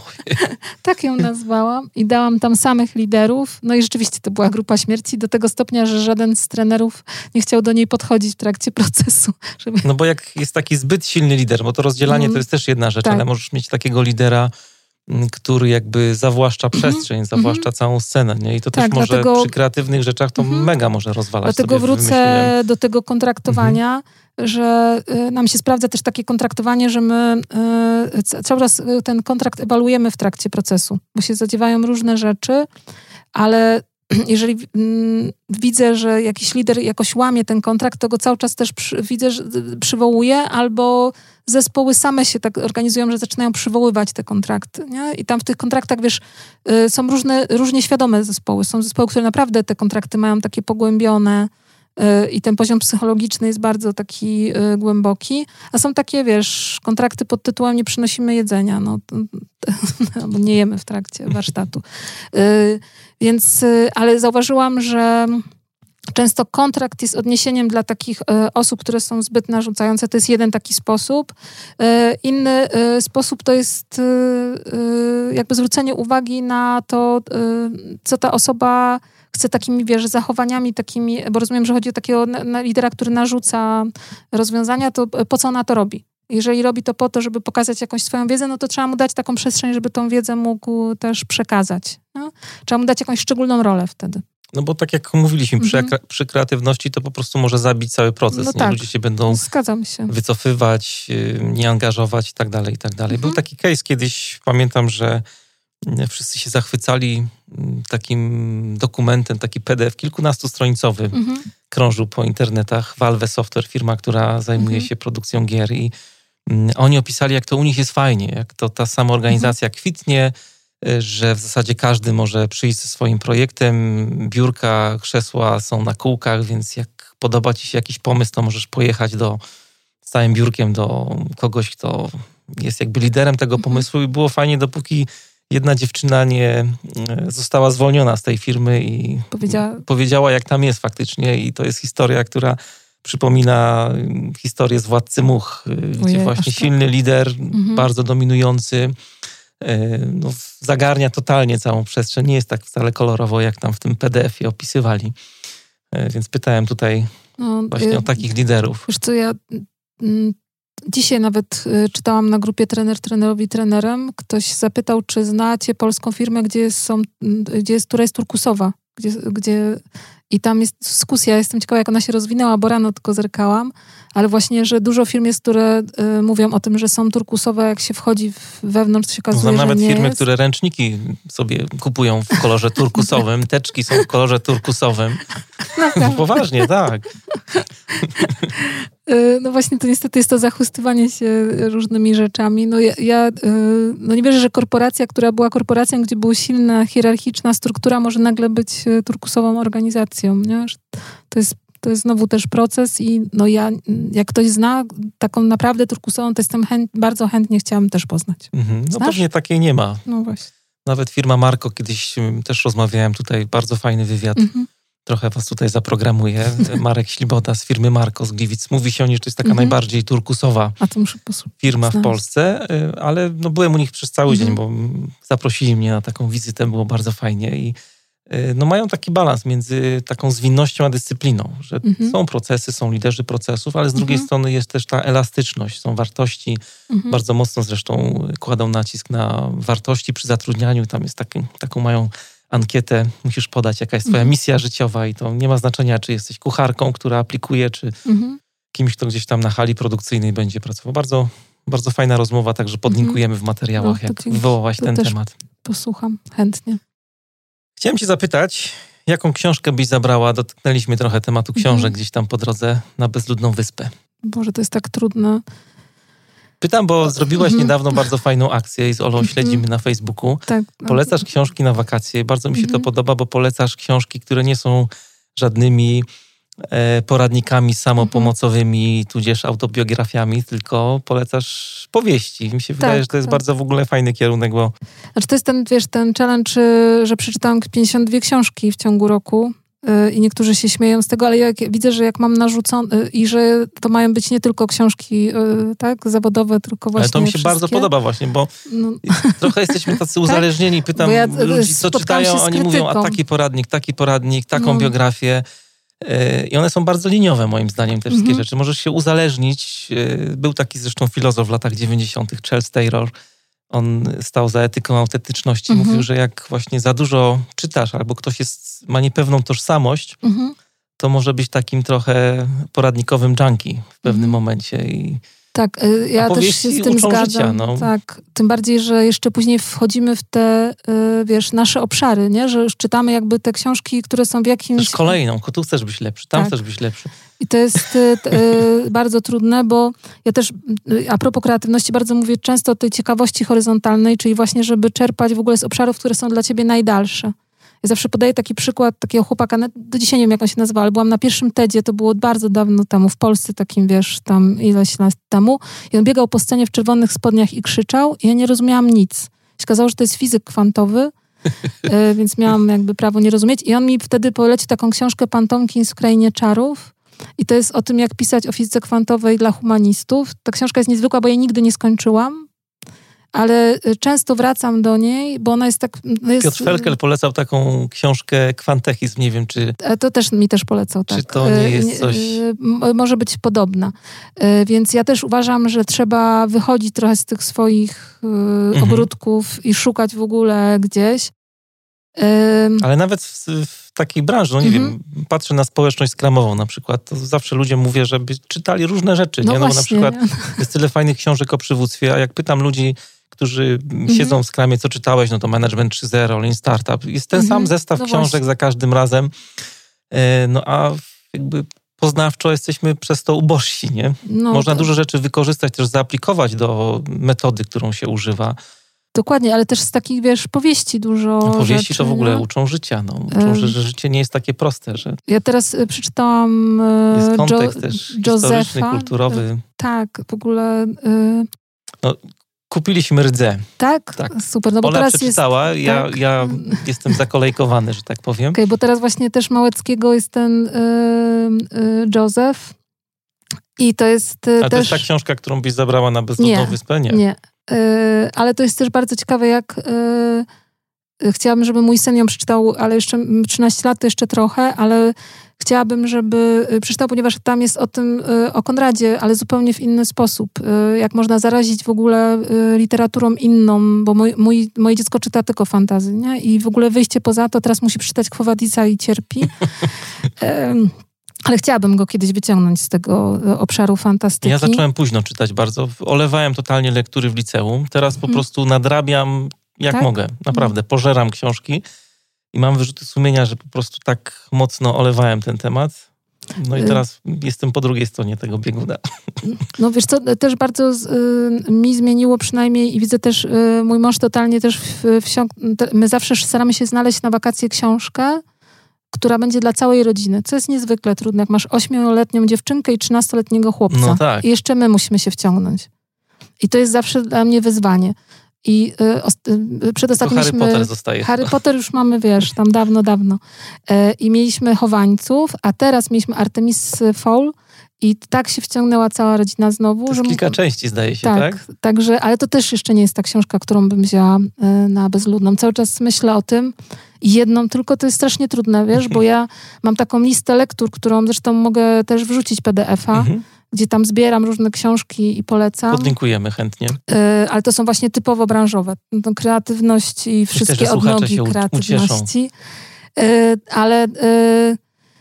Tak ją nazwałam. I dałam tam samych liderów. No i rzeczywiście to była grupa śmierci do tego stopnia, że żaden z trenerów nie chciał do niej podchodzić w trakcie procesu. Żeby... No bo jak jest taki zbyt silny lider, bo to rozdzielanie mm. to jest też jedna rzecz, tak. ale możesz mieć takiego lidera, który jakby zawłaszcza przestrzeń, mm-hmm. zawłaszcza całą scenę, nie? I to tak, też może dlatego, przy kreatywnych rzeczach to mm-hmm. mega może rozwalać. Dlatego sobie wrócę do tego kontraktowania, mm-hmm. że y, nam się sprawdza też takie kontraktowanie, że my y, cały czas ten kontrakt ewaluujemy w trakcie procesu, bo się zadziewają różne rzeczy, ale jeżeli y, widzę, że jakiś lider jakoś łamie ten kontrakt, to go cały czas też przy, widzę, że przywołuję, albo zespoły same się tak organizują, że zaczynają przywoływać te kontrakty, nie? I tam w tych kontraktach, wiesz, y, są różne, różnie świadome zespoły. Są zespoły, które naprawdę te kontrakty mają takie pogłębione y, i ten poziom psychologiczny jest bardzo taki y, głęboki. A są takie, wiesz, kontrakty pod tytułem nie przynosimy jedzenia, no, albo nie jemy w trakcie warsztatu. Y, więc, y, ale zauważyłam, że często kontrakt jest odniesieniem dla takich e, osób, które są zbyt narzucające. To jest jeden taki sposób. E, inny e, sposób to jest e, e, jakby zwrócenie uwagi na to, e, co ta osoba chce takimi, wiesz, zachowaniami takimi, bo rozumiem, że chodzi o takiego na, na lidera, który narzuca rozwiązania, to po co ona to robi? Jeżeli robi to po to, żeby pokazać jakąś swoją wiedzę, no to trzeba mu dać taką przestrzeń, żeby tą wiedzę mógł też przekazać. No? Trzeba mu dać jakąś szczególną rolę wtedy. No bo tak jak mówiliśmy, przy, mm-hmm. przy kreatywności to po prostu może zabić cały proces. No tak. Ludzie się będą się. wycofywać, nie angażować i tak dalej, i tak dalej. Mm-hmm. Był taki case kiedyś, pamiętam, że wszyscy się zachwycali takim dokumentem, taki P D F kilkunastostronicowy, mm-hmm. krążył po internetach. Valve Software, firma, która zajmuje mm-hmm. się produkcją gier i oni opisali, jak to u nich jest fajnie, jak to ta sama organizacja mm-hmm. kwitnie, że w zasadzie każdy może przyjść ze swoim projektem, biurka, krzesła są na kółkach, więc jak podoba ci się jakiś pomysł, to możesz pojechać do, z całym biurkiem do kogoś, kto jest jakby liderem tego pomysłu i było fajnie, dopóki jedna dziewczyna nie została zwolniona z tej firmy i powiedziała, powiedziała jak tam jest faktycznie i to jest historia, która przypomina historię z Władcy Much, gdzie Ojej, właśnie silny tak. lider, mhm. bardzo dominujący, no, zagarnia totalnie całą przestrzeń. Nie jest tak wcale kolorowo, jak tam w tym P D F-ie opisywali. Więc pytałem tutaj no, właśnie y- o takich liderów. Wiesz co, ja y- dzisiaj nawet y- czytałam na grupie Trener trenerowi trenerem. Ktoś zapytał, czy znacie polską firmę, gdzie, są, y- gdzie jest, która jest turkusowa. Gdzie, gdzie... I tam jest dyskusja, jestem ciekawa, jak ona się rozwinęła, bo rano tylko zerkałam, ale właśnie, że dużo firm jest, które y, mówią o tym, że są turkusowe, jak się wchodzi w, wewnątrz, to się okazuje, Znam że nawet nie firmy, jest. które ręczniki sobie kupują w kolorze turkusowym, teczki są w kolorze turkusowym. No, poważnie, tak. No właśnie, to niestety jest to zachwystywanie się różnymi rzeczami. No ja, ja no nie wierzę, że korporacja, która była korporacją, gdzie była silna, hierarchiczna struktura, może nagle być turkusową organizacją, nie? To jest, to jest znowu też proces i no ja, jak ktoś zna taką naprawdę turkusową, to jestem chęt, bardzo chętnie chciałam też poznać. Mhm. No pewnie takiej nie ma. No właśnie. Nawet firma Marco, kiedyś też rozmawiałem tutaj, bardzo fajny wywiad. Mhm. Trochę was tutaj zaprogramuję. Marek Śliboda z firmy Marco z Gliwic. Mówi się o niej, że to jest taka mm-hmm. najbardziej turkusowa A to muszę posłuchać. firma w Polsce, ale no byłem u nich przez cały mm-hmm. dzień, bo zaprosili mnie na taką wizytę, było bardzo fajnie i no mają taki balans między taką zwinnością a dyscypliną, że mm-hmm. są procesy, są liderzy procesów, ale z drugiej mm-hmm. strony jest też ta elastyczność, są wartości. Mm-hmm. Bardzo mocno zresztą kładą nacisk na wartości przy zatrudnianiu. Tam jest taki, taką mają ankietę, musisz podać, jaka jest twoja misja życiowa i to nie ma znaczenia, czy jesteś kucharką, która aplikuje, czy mm-hmm. kimś, kto gdzieś tam na hali produkcyjnej będzie pracował. Bardzo, bardzo fajna rozmowa, także podlinkujemy mm-hmm. w materiałach, no, jak wywołałaś ten temat. Posłucham chętnie. Chciałem cię zapytać, jaką książkę byś zabrała? Dotknęliśmy trochę tematu książek mm-hmm. gdzieś tam po drodze na Bezludną Wyspę. Boże, to jest tak trudne. Pytam, bo zrobiłaś niedawno bardzo fajną akcję i z Olą śledzimy na Facebooku. Tak. Polecasz książki na wakacje. Bardzo mi się to podoba, bo polecasz książki, które nie są żadnymi e, poradnikami samopomocowymi, mhm. tudzież autobiografiami, tylko polecasz powieści. Mi się tak, wydaje, że to jest tak. bardzo w ogóle fajny kierunek, bo... Znaczy to jest ten, wiesz, ten challenge, że przeczytałam pięćdziesiąt dwie książki w ciągu roku. I niektórzy się śmieją z tego, ale jak widzę, że jak mam narzucone i że to mają być nie tylko książki tak, zawodowe, tylko właśnie Ale to mi się wszystkie. bardzo podoba właśnie, bo no. trochę jesteśmy tacy uzależnieni. Pytam ja ludzi, co czytają, oni mówią, a taki poradnik, taki poradnik, taką no. biografię. I one są bardzo liniowe moim zdaniem, te wszystkie mhm. rzeczy. Możesz się uzależnić. Był taki zresztą filozof w latach dziewięćdziesiątych, Charles Taylor. On stał za etyką autentyczności. Mhm. Mówił, że jak właśnie za dużo czytasz albo ktoś jest, ma niepewną tożsamość, mhm. to może być takim trochę poradnikowym junkie w pewnym mhm. momencie. I tak, ja też się z tym zgadzam. Życia, no. Tak, tym bardziej, że jeszcze później wchodzimy w te, wiesz, nasze obszary, nie? Że już czytamy jakby te książki, które są w jakimś... Też kolejną, tu chcesz być lepszy, tam tak. chcesz być lepszy. I to jest y, y, bardzo trudne, bo ja też y, a propos kreatywności bardzo mówię często o tej ciekawości horyzontalnej, czyli właśnie, żeby czerpać w ogóle z obszarów, które są dla ciebie najdalsze. Ja zawsze podaję taki przykład takiego chłopaka, do dzisiaj nie wiem, jak on się nazywa, ale byłam na pierwszym tedzie, to było bardzo dawno temu, w Polsce takim, wiesz, tam ileś lat temu. I on biegał po scenie w czerwonych spodniach i krzyczał i ja nie rozumiałam nic. Się okazało, że to jest fizyk kwantowy, y, więc miałam jakby prawo nie rozumieć. I on mi wtedy polecił taką książkę Pan Tomkins w Krainie Czarów. I to jest o tym, jak pisać o fizyce kwantowej dla humanistów. Ta książka jest niezwykła, bo jej nigdy nie skończyłam, ale często wracam do niej, bo ona jest tak... Jest... Piotr Felkel polecał taką książkę Kwantechizm, nie wiem, czy... To też mi też polecał, tak. Czy to nie jest coś... Może być podobna. Więc ja też uważam, że trzeba wychodzić trochę z tych swoich mhm. ogródków i szukać w ogóle gdzieś. Ale nawet w, w takiej branży, no nie mhm. wiem, patrzę na społeczność skramową na przykład, to zawsze ludziom mówię, żeby czytali różne rzeczy, no nie? No bo na przykład nie? jest tyle fajnych książek o przywództwie, a jak pytam ludzi, którzy mhm. siedzą w skramie, co czytałeś, no to Management trzy zero, Lean Startup, jest ten mhm. sam zestaw no książek właśnie. Za każdym razem, no a jakby poznawczo jesteśmy przez to ubożsi, nie? No, Można to... dużo rzeczy wykorzystać, też zaaplikować do metody, którą się używa. Dokładnie, ale też z takich, wiesz, powieści dużo no, Powieści rzeczy, to w ogóle no? uczą życia. No. Uczą, że, że życie nie jest takie proste. Że ja teraz przeczytałam jest kontekst jo- też Józefa. historyczny, kulturowy. Tak, w ogóle... Y- no, kupiliśmy rdze. Tak? tak? Super. No bo Ola teraz przeczytała, jest, ja, tak. ja jestem zakolejkowany, że tak powiem. Okej, okay, bo teraz właśnie też Małeckiego jest ten y- y- Józef. I to jest y- A też... to jest ta książka, którą byś zabrała na bezludną nie, wyspę? Nie, nie. Yy, ale to jest też bardzo ciekawe, jak yy, chciałabym, żeby mój syn ją przeczytał, ale jeszcze trzynaście lat to jeszcze trochę, ale chciałabym, żeby przeczytał, ponieważ tam jest o tym, yy, o Konradzie, ale zupełnie w inny sposób. Yy, jak można zarazić w ogóle yy, literaturą inną, bo mój, mój, moje dziecko czyta tylko fantasy, nie? I w ogóle wyjście poza to, teraz musi przeczytać Quo Vadisa i cierpi. Yy. Ale chciałabym go kiedyś wyciągnąć z tego obszaru fantastyki. Ja zacząłem późno czytać bardzo. Olewałem totalnie lektury w liceum. Teraz po hmm. prostu nadrabiam jak tak? mogę. Naprawdę. Pożeram książki i mam wyrzuty sumienia, że po prostu tak mocno olewałem ten temat. No i teraz y- jestem po drugiej stronie tego bieguna. No wiesz co, też bardzo z, y, mi zmieniło przynajmniej i widzę też, y, mój mąż totalnie też w, wsiąk... My zawsze staramy się znaleźć na wakacje książkę, która będzie dla całej rodziny, co jest niezwykle trudne, jak masz ośmioletnią dziewczynkę i trzynastoletniego chłopca. No tak. I jeszcze my musimy się wciągnąć. I to jest zawsze dla mnie wyzwanie. I y, os, y, przedostatnio Harry mieliśmy... Potter zostaje. Harry Potter już mamy, wiesz, tam dawno, dawno. Y, I mieliśmy Chowańców, a teraz mieliśmy Artemis Fowl i tak się wciągnęła cała rodzina znowu. To jest że... kilka części, zdaje się, tak? tak? Także, ale to też jeszcze nie jest ta książka, którą bym wzięła y, na bezludną. Cały czas myślę o tym. Jedną tylko to jest strasznie trudne, wiesz, bo ja mam taką listę lektur, którą zresztą mogę też wrzucić P D F-a, mhm. gdzie tam zbieram różne książki i polecam. Podlinkujemy chętnie. Y, ale to są właśnie typowo branżowe. No, kreatywność i wszystkie Myślę, odnogi się kreatywności. Y, ale... Y,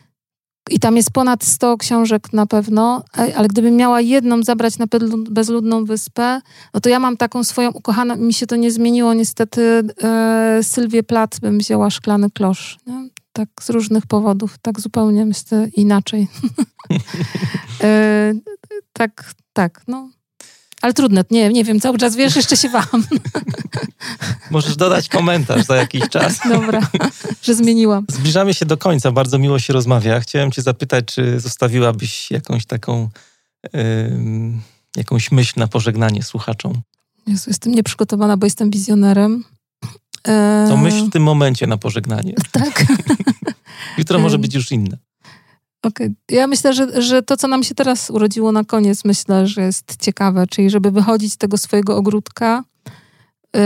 I tam jest ponad sto książek na pewno, ale gdybym miała jedną zabrać na bezludną wyspę, no to ja mam taką swoją ukochaną, mi się to nie zmieniło niestety, e, Sylwię Plath bym wzięła Szklany klosz. Nie? Tak z różnych powodów, tak zupełnie myślę inaczej. e, tak, tak, no. Ale trudno, nie, nie wiem, cały czas wiesz, jeszcze się waham. Możesz dodać komentarz za jakiś czas. Dobra, że zmieniłam. Zbliżamy się do końca, bardzo miło się rozmawia. Chciałem cię zapytać, czy zostawiłabyś jakąś taką, yy, jakąś myśl na pożegnanie słuchaczom? Jezu, jestem nieprzygotowana, bo jestem wizjonerem. E... To myśl w tym momencie na pożegnanie. Tak. Jutro może być już inne. Okej. Okay. Ja myślę, że, że to, co nam się teraz urodziło na koniec, myślę, że jest ciekawe, czyli żeby wychodzić z tego swojego ogródka yy,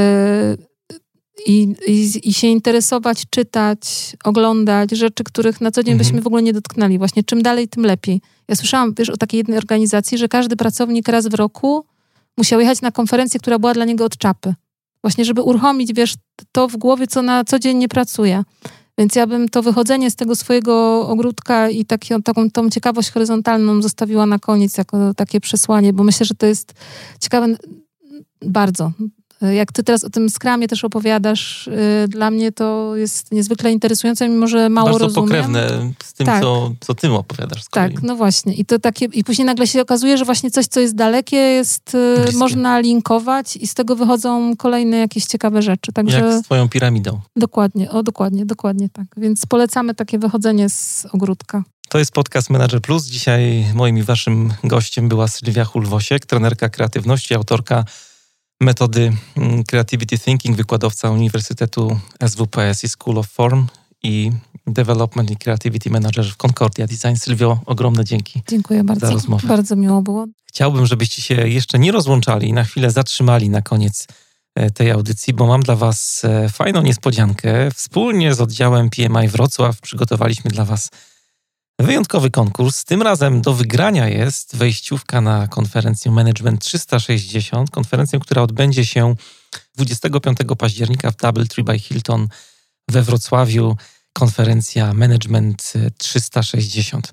i, i, i się interesować, czytać, oglądać rzeczy, których na co dzień mhm. byśmy w ogóle nie dotknęli. Właśnie czym dalej, tym lepiej. Ja słyszałam, wiesz, o takiej jednej organizacji, że każdy pracownik raz w roku musiał jechać na konferencję, która była dla niego od czapy. Właśnie, żeby uruchomić, wiesz, to w głowie, co na co dzień nie pracuje. Więc ja bym to wychodzenie z tego swojego ogródka i taki, taką tą ciekawość horyzontalną zostawiła na koniec jako takie przesłanie, bo myślę, że to jest ciekawe bardzo. Jak ty teraz o tym Scrumie też opowiadasz, dla mnie to jest niezwykle interesujące, mimo że mało bardzo rozumiem. Bardzo pokrewne z tym, tak. co, co ty opowiadasz z kolei. Tak, no właśnie. I to takie, i później nagle się okazuje, że właśnie coś, co jest dalekie, jest bliskie. Można linkować i z tego wychodzą kolejne jakieś ciekawe rzeczy. Także, jak z twoją piramidą. Dokładnie, o dokładnie, dokładnie tak. Więc polecamy takie wychodzenie z ogródka. To jest podcast Manager Plus. Dzisiaj moim i waszym gościem była Sylwia Hulwosiek, trenerka kreatywności, autorka metody Creativity Thinking, wykładowca Uniwersytetu S W P S i School of Form i Development i Creativity Manager w Concordia Design. Sylwio, ogromne dzięki. Dziękuję bardzo. Za rozmowę. Bardzo miło było. Chciałbym, żebyście się jeszcze nie rozłączali i na chwilę zatrzymali na koniec tej audycji, bo mam dla was fajną niespodziankę. Wspólnie z oddziałem P M I Wrocław przygotowaliśmy dla was wyjątkowy konkurs. Tym razem do wygrania jest wejściówka na konferencję Management trzysta sześćdziesiąt. Konferencję, która odbędzie się dwudziestego piątego października w Doubletree by Hilton we Wrocławiu. Konferencja Management trzysta sześćdziesiąt.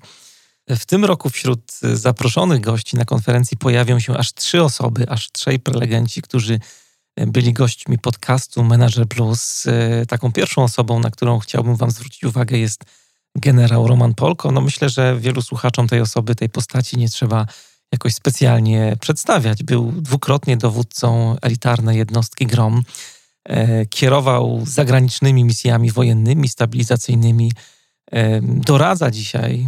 W tym roku wśród zaproszonych gości na konferencji pojawią się aż trzy osoby, aż trzej prelegenci, którzy byli gośćmi podcastu Manager Plus. Taką pierwszą osobą, na którą chciałbym wam zwrócić uwagę, jest generał Roman Polko. No myślę, że wielu słuchaczom tej osoby, tej postaci nie trzeba jakoś specjalnie przedstawiać. Był dwukrotnie dowódcą elitarnej jednostki GROM. E, kierował zagranicznymi misjami wojennymi, stabilizacyjnymi. E, doradza dzisiaj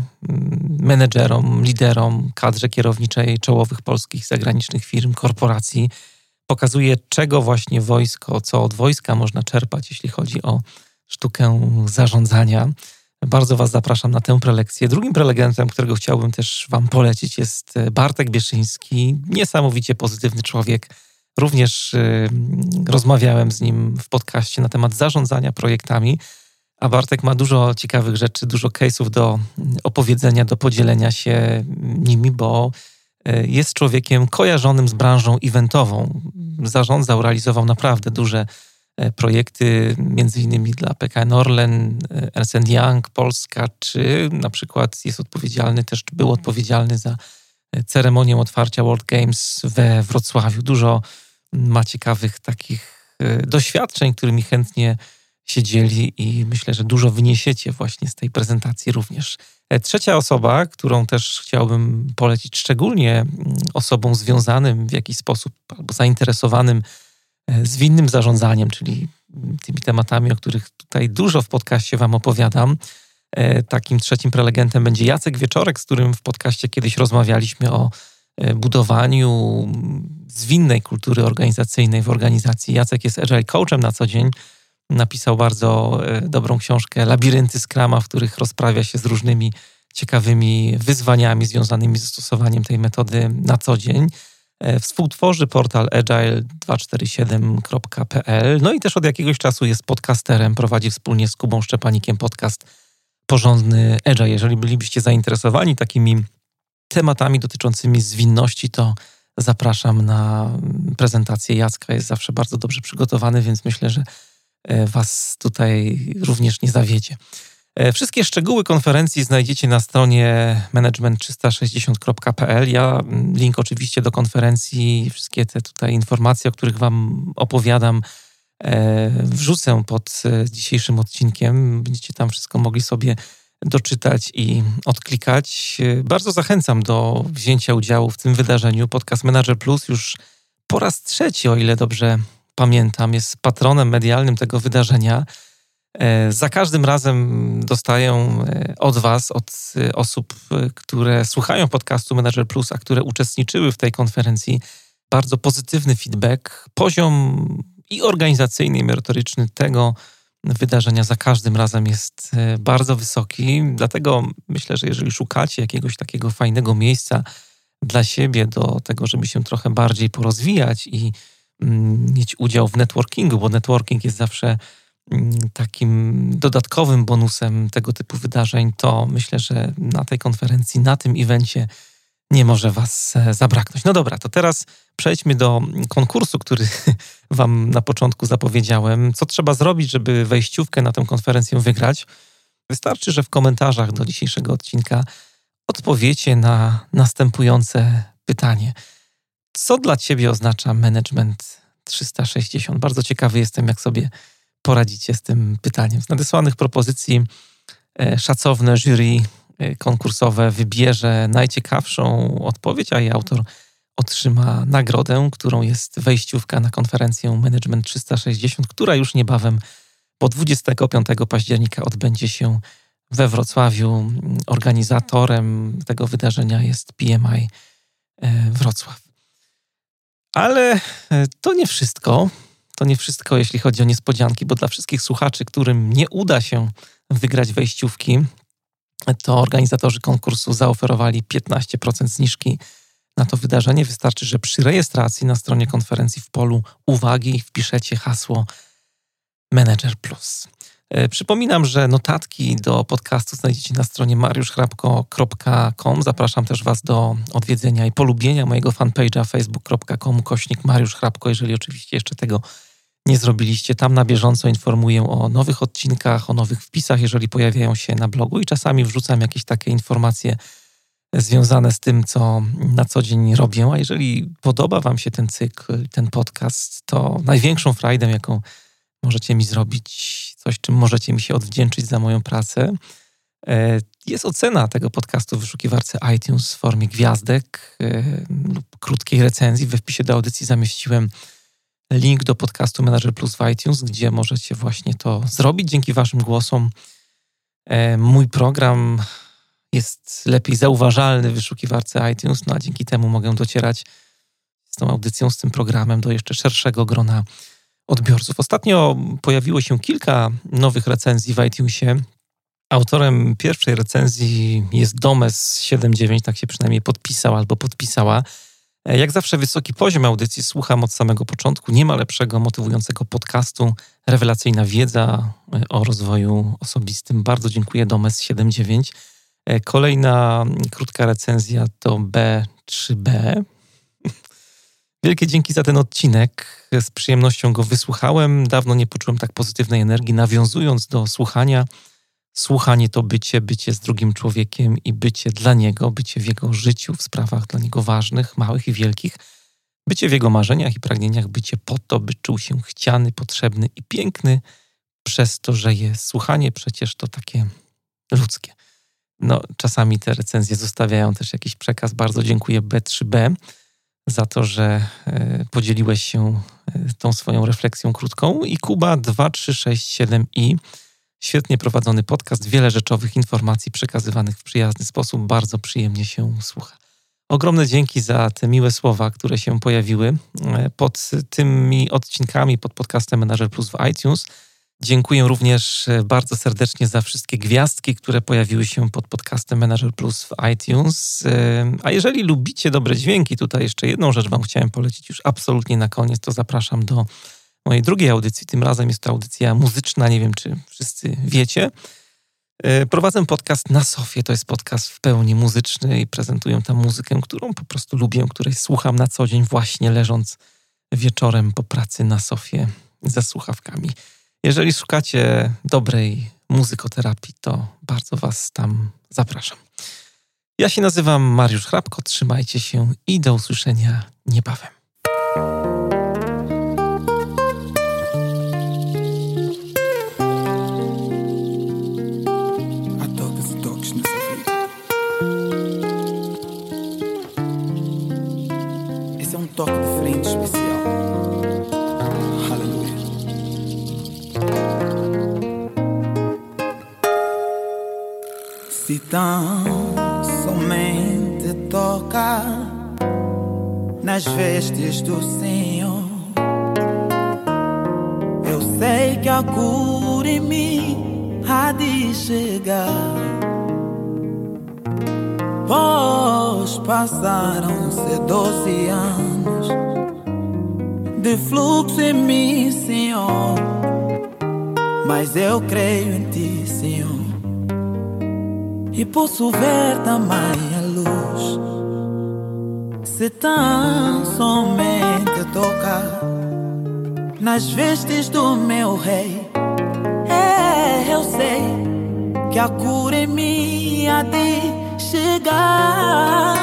menedżerom, liderom, kadrze kierowniczej czołowych polskich zagranicznych firm, korporacji. Pokazuje, czego właśnie wojsko, co od wojska można czerpać, jeśli chodzi o sztukę zarządzania. Bardzo was zapraszam na tę prelekcję. Drugim prelegentem, którego chciałbym też wam polecić, jest Bartek Bieszyński. Niesamowicie pozytywny człowiek. Również y, rozmawiałem z nim w podcaście na temat zarządzania projektami, a Bartek ma dużo ciekawych rzeczy, dużo case'ów do opowiedzenia, do podzielenia się nimi, bo y, jest człowiekiem kojarzonym z branżą eventową. Zarządzał, realizował naprawdę duże projekty, między innymi dla P K N Orlen, Ernst and Young, Polska, czy na przykład jest odpowiedzialny, też był odpowiedzialny za ceremonię otwarcia World Games we Wrocławiu. Dużo ma ciekawych takich doświadczeń, którymi chętnie się dzieli i myślę, że dużo wyniesiecie właśnie z tej prezentacji również. Trzecia osoba, którą też chciałbym polecić szczególnie osobom związanym w jakiś sposób albo zainteresowanym zwinnym zarządzaniem, czyli tymi tematami, o których tutaj dużo w podcaście wam opowiadam. Takim trzecim prelegentem będzie Jacek Wieczorek, z którym w podcaście kiedyś rozmawialiśmy o budowaniu zwinnej kultury organizacyjnej w organizacji. Jacek jest agile coachem na co dzień. Napisał bardzo dobrą książkę Labirynty Scruma, w których rozprawia się z różnymi ciekawymi wyzwaniami związanymi ze stosowaniem tej metody na co dzień. Współtworzy portal agile dwieście czterdzieści siedem kropka p l. No i też od jakiegoś czasu jest podcasterem. Prowadzi wspólnie z Kubą Szczepanikiem podcast Porządny Agile. Jeżeli bylibyście zainteresowani takimi tematami dotyczącymi zwinności, to zapraszam na prezentację Jacka. Jest zawsze bardzo dobrze przygotowany, więc myślę, że was tutaj również nie zawiedzie. Wszystkie szczegóły konferencji znajdziecie na stronie management trzysta sześćdziesiąt kropka p l. Ja link oczywiście do konferencji, wszystkie te tutaj informacje, o których wam opowiadam, wrzucę pod dzisiejszym odcinkiem. Będziecie tam wszystko mogli sobie doczytać i odklikać. Bardzo zachęcam do wzięcia udziału w tym wydarzeniu. Podcast Manager Plus już po raz trzeci, o ile dobrze pamiętam, jest patronem medialnym tego wydarzenia. Za każdym razem dostaję od was, od osób, które słuchają podcastu Manager Plus, a które uczestniczyły w tej konferencji, bardzo pozytywny feedback. Poziom i organizacyjny, i merytoryczny tego wydarzenia za każdym razem jest bardzo wysoki. Dlatego myślę, że jeżeli szukacie jakiegoś takiego fajnego miejsca dla siebie do tego, żeby się trochę bardziej porozwijać i mm, mieć udział w networkingu, bo networking jest zawsze mm, takim dodatkowym bonusem tego typu wydarzeń, to myślę, że na tej konferencji, na tym evencie nie może was zabraknąć. No dobra, to teraz przejdźmy do konkursu, który wam na początku zapowiedziałem. Co trzeba zrobić, żeby wejściówkę na tę konferencję wygrać? Wystarczy, że w komentarzach do dzisiejszego odcinka odpowiecie na następujące pytanie. Co dla ciebie oznacza Management trzysta sześćdziesiąt? Bardzo ciekawy jestem, jak sobie poradzicie z tym pytaniem. Z nadesłanych propozycji szacowne jury konkursowe wybierze najciekawszą odpowiedź, a jej autor otrzyma nagrodę, którą jest wejściówka na konferencję Management trzysta sześćdziesiąt, która już niebawem, bo dwudziestego piątego października odbędzie się we Wrocławiu. Organizatorem tego wydarzenia jest P M I Wrocław. Ale to nie wszystko. To nie wszystko, jeśli chodzi o niespodzianki, bo dla wszystkich słuchaczy, którym nie uda się wygrać wejściówki, to organizatorzy konkursu zaoferowali piętnaście procent zniżki na to wydarzenie. Wystarczy, że przy rejestracji na stronie konferencji w polu uwagi wpiszecie hasło Manager Plus. Przypominam, że notatki do podcastu znajdziecie na stronie mariusz hrabko kropka com. Zapraszam też was do odwiedzenia i polubienia mojego fanpage'a facebook kropka com kośnik Mariusz Hrabko, jeżeli oczywiście jeszcze tego nie zrobiliście. Tam na bieżąco informuję o nowych odcinkach, o nowych wpisach, jeżeli pojawiają się na blogu i czasami wrzucam jakieś takie informacje związane z tym, co na co dzień robię. A jeżeli podoba wam się ten cykl, ten podcast, to największą frajdą, jaką możecie mi zrobić, coś, czym możecie mi się odwdzięczyć za moją pracę, jest ocena tego podcastu w wyszukiwarce iTunes w formie gwiazdek lub krótkiej recenzji. We wpisie do audycji zamieściłem link do podcastu Manager Plus w iTunes, gdzie możecie właśnie to zrobić. Dzięki waszym głosom mój program jest lepiej zauważalny w wyszukiwarce iTunes, no a dzięki temu mogę docierać z tą audycją, z tym programem do jeszcze szerszego grona odbiorców. Ostatnio pojawiło się kilka nowych recenzji w iTunesie. Autorem pierwszej recenzji jest Domes siedem dziewięć, tak się przynajmniej podpisał albo podpisała. Jak zawsze wysoki poziom audycji, słucham od samego początku. Nie ma lepszego, motywującego podcastu. Rewelacyjna wiedza o rozwoju osobistym. Bardzo dziękuję Domes siedem dziewięć. Kolejna krótka recenzja to B trzy B. Wielkie dzięki za ten odcinek. Z przyjemnością go wysłuchałem. Dawno nie poczułem tak pozytywnej energii. Nawiązując do słuchania, słuchanie to bycie, bycie z drugim człowiekiem i bycie dla niego, bycie w jego życiu, w sprawach dla niego ważnych, małych i wielkich. Bycie w jego marzeniach i pragnieniach, bycie po to, by czuł się chciany, potrzebny i piękny przez to, że jest. Słuchanie przecież to takie ludzkie. No, czasami te recenzje zostawiają też jakiś przekaz. Bardzo dziękuję B trzy B za to, że e, podzieliłeś się e, tą swoją refleksją krótką. I Kuba dwa trzy sześć siedem i świetnie prowadzony podcast, wiele rzeczowych informacji przekazywanych w przyjazny sposób. Bardzo przyjemnie się słucha. Ogromne dzięki za te miłe słowa, które się pojawiły pod tymi odcinkami, pod podcastem Manager Plus w iTunes. Dziękuję również bardzo serdecznie za wszystkie gwiazdki, które pojawiły się pod podcastem Manager Plus w iTunes. A jeżeli lubicie dobre dźwięki, tutaj jeszcze jedną rzecz wam chciałem polecić już absolutnie na koniec, to zapraszam do mojej drugiej audycji. Tym razem jest to audycja muzyczna, nie wiem, czy wszyscy wiecie. Prowadzę podcast Na Sofie, to jest podcast w pełni muzyczny i prezentuję tam muzykę, którą po prostu lubię, której słucham na co dzień właśnie leżąc wieczorem po pracy na sofie ze słuchawkami. Jeżeli szukacie dobrej muzykoterapii, to bardzo was tam zapraszam. Ja się nazywam Mariusz Hrabko, trzymajcie się i do usłyszenia niebawem. I took a diferente, especial. Aleluia. Se tão somente tocar nas vestes do Senhor, eu sei que a cura em mim há de chegar. Pois passaram-se doze anos de fluxo em mim, Senhor, mas eu creio em Ti, Senhor, e posso ver também a luz. Se tão somente tocar nas vestes do meu Rei, é, eu sei que a cura em mim há de chegar.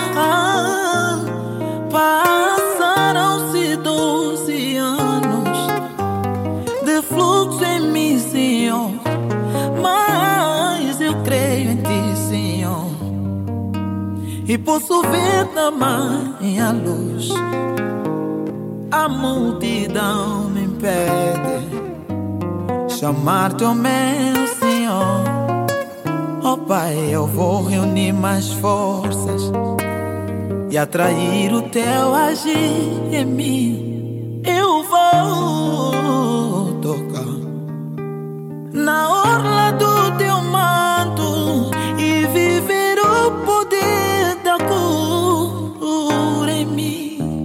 Passaram-se doze anos de fluxo em mim, Senhor, mas eu creio em Ti, Senhor, e posso ver também a luz. A multidão me impede chamar-te, oh meu Senhor. Oh Pai, eu vou reunir mais forças e atrair o Teu agir em mim. Eu vou tocar na orla do Teu manto e viver o poder da cura em mim.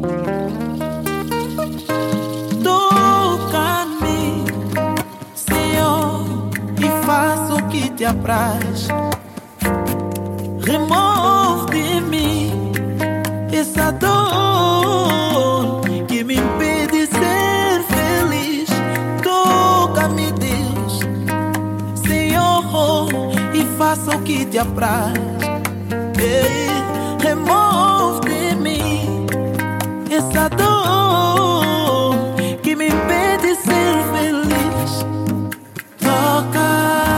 Toca-me, Senhor, e faça o que Te apraz. Remove de mim essa dor que me impede ser feliz. Toca-me, Deus, Senhor, e faça o que Te apraz. Ei, remove de mim essa dor que me impede ser feliz. Toca.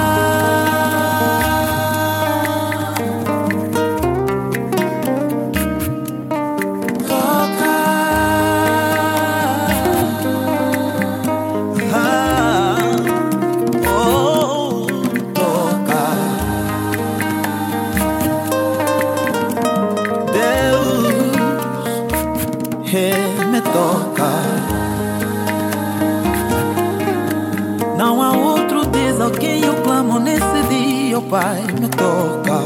Me toca. Não há outro Deus ao quem eu clamo nesse dia, oh Pai, me toca.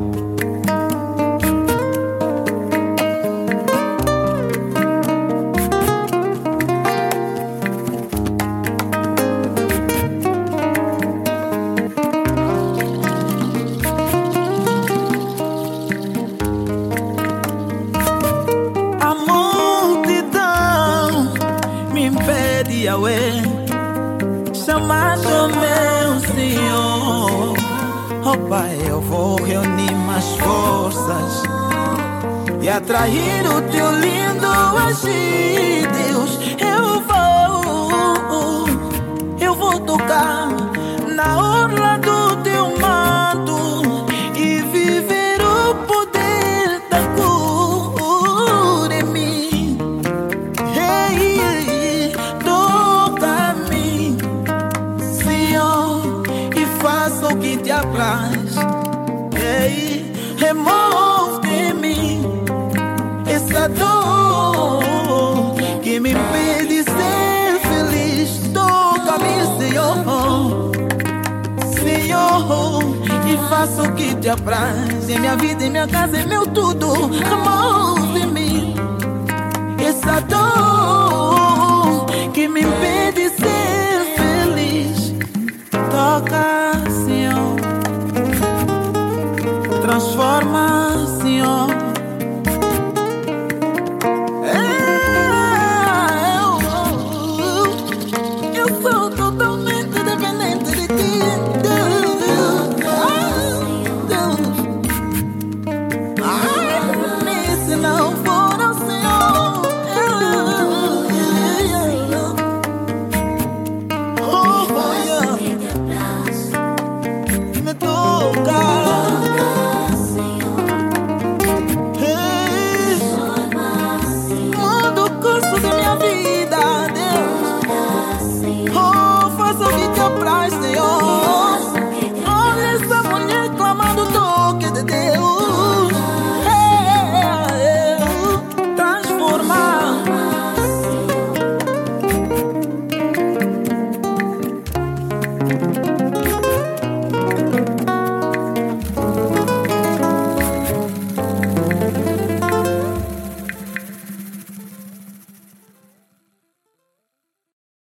Yahweh, chamado meu Senhor. Oh Pai, eu vou reunir mais forças e atrair o Teu lindo agir, Deus. Eu vou, eu vou tocar na orla do Teu manto e viver o poder da cura em mim. Hey, faça o que Te apraz. Ei, remove de mim essa dor que me impede ser feliz. Toca-me, Senhor, Senhor, e faça o que Te apraz. Em minha vida, em minha casa, em meu tudo. Remove de mim essa dor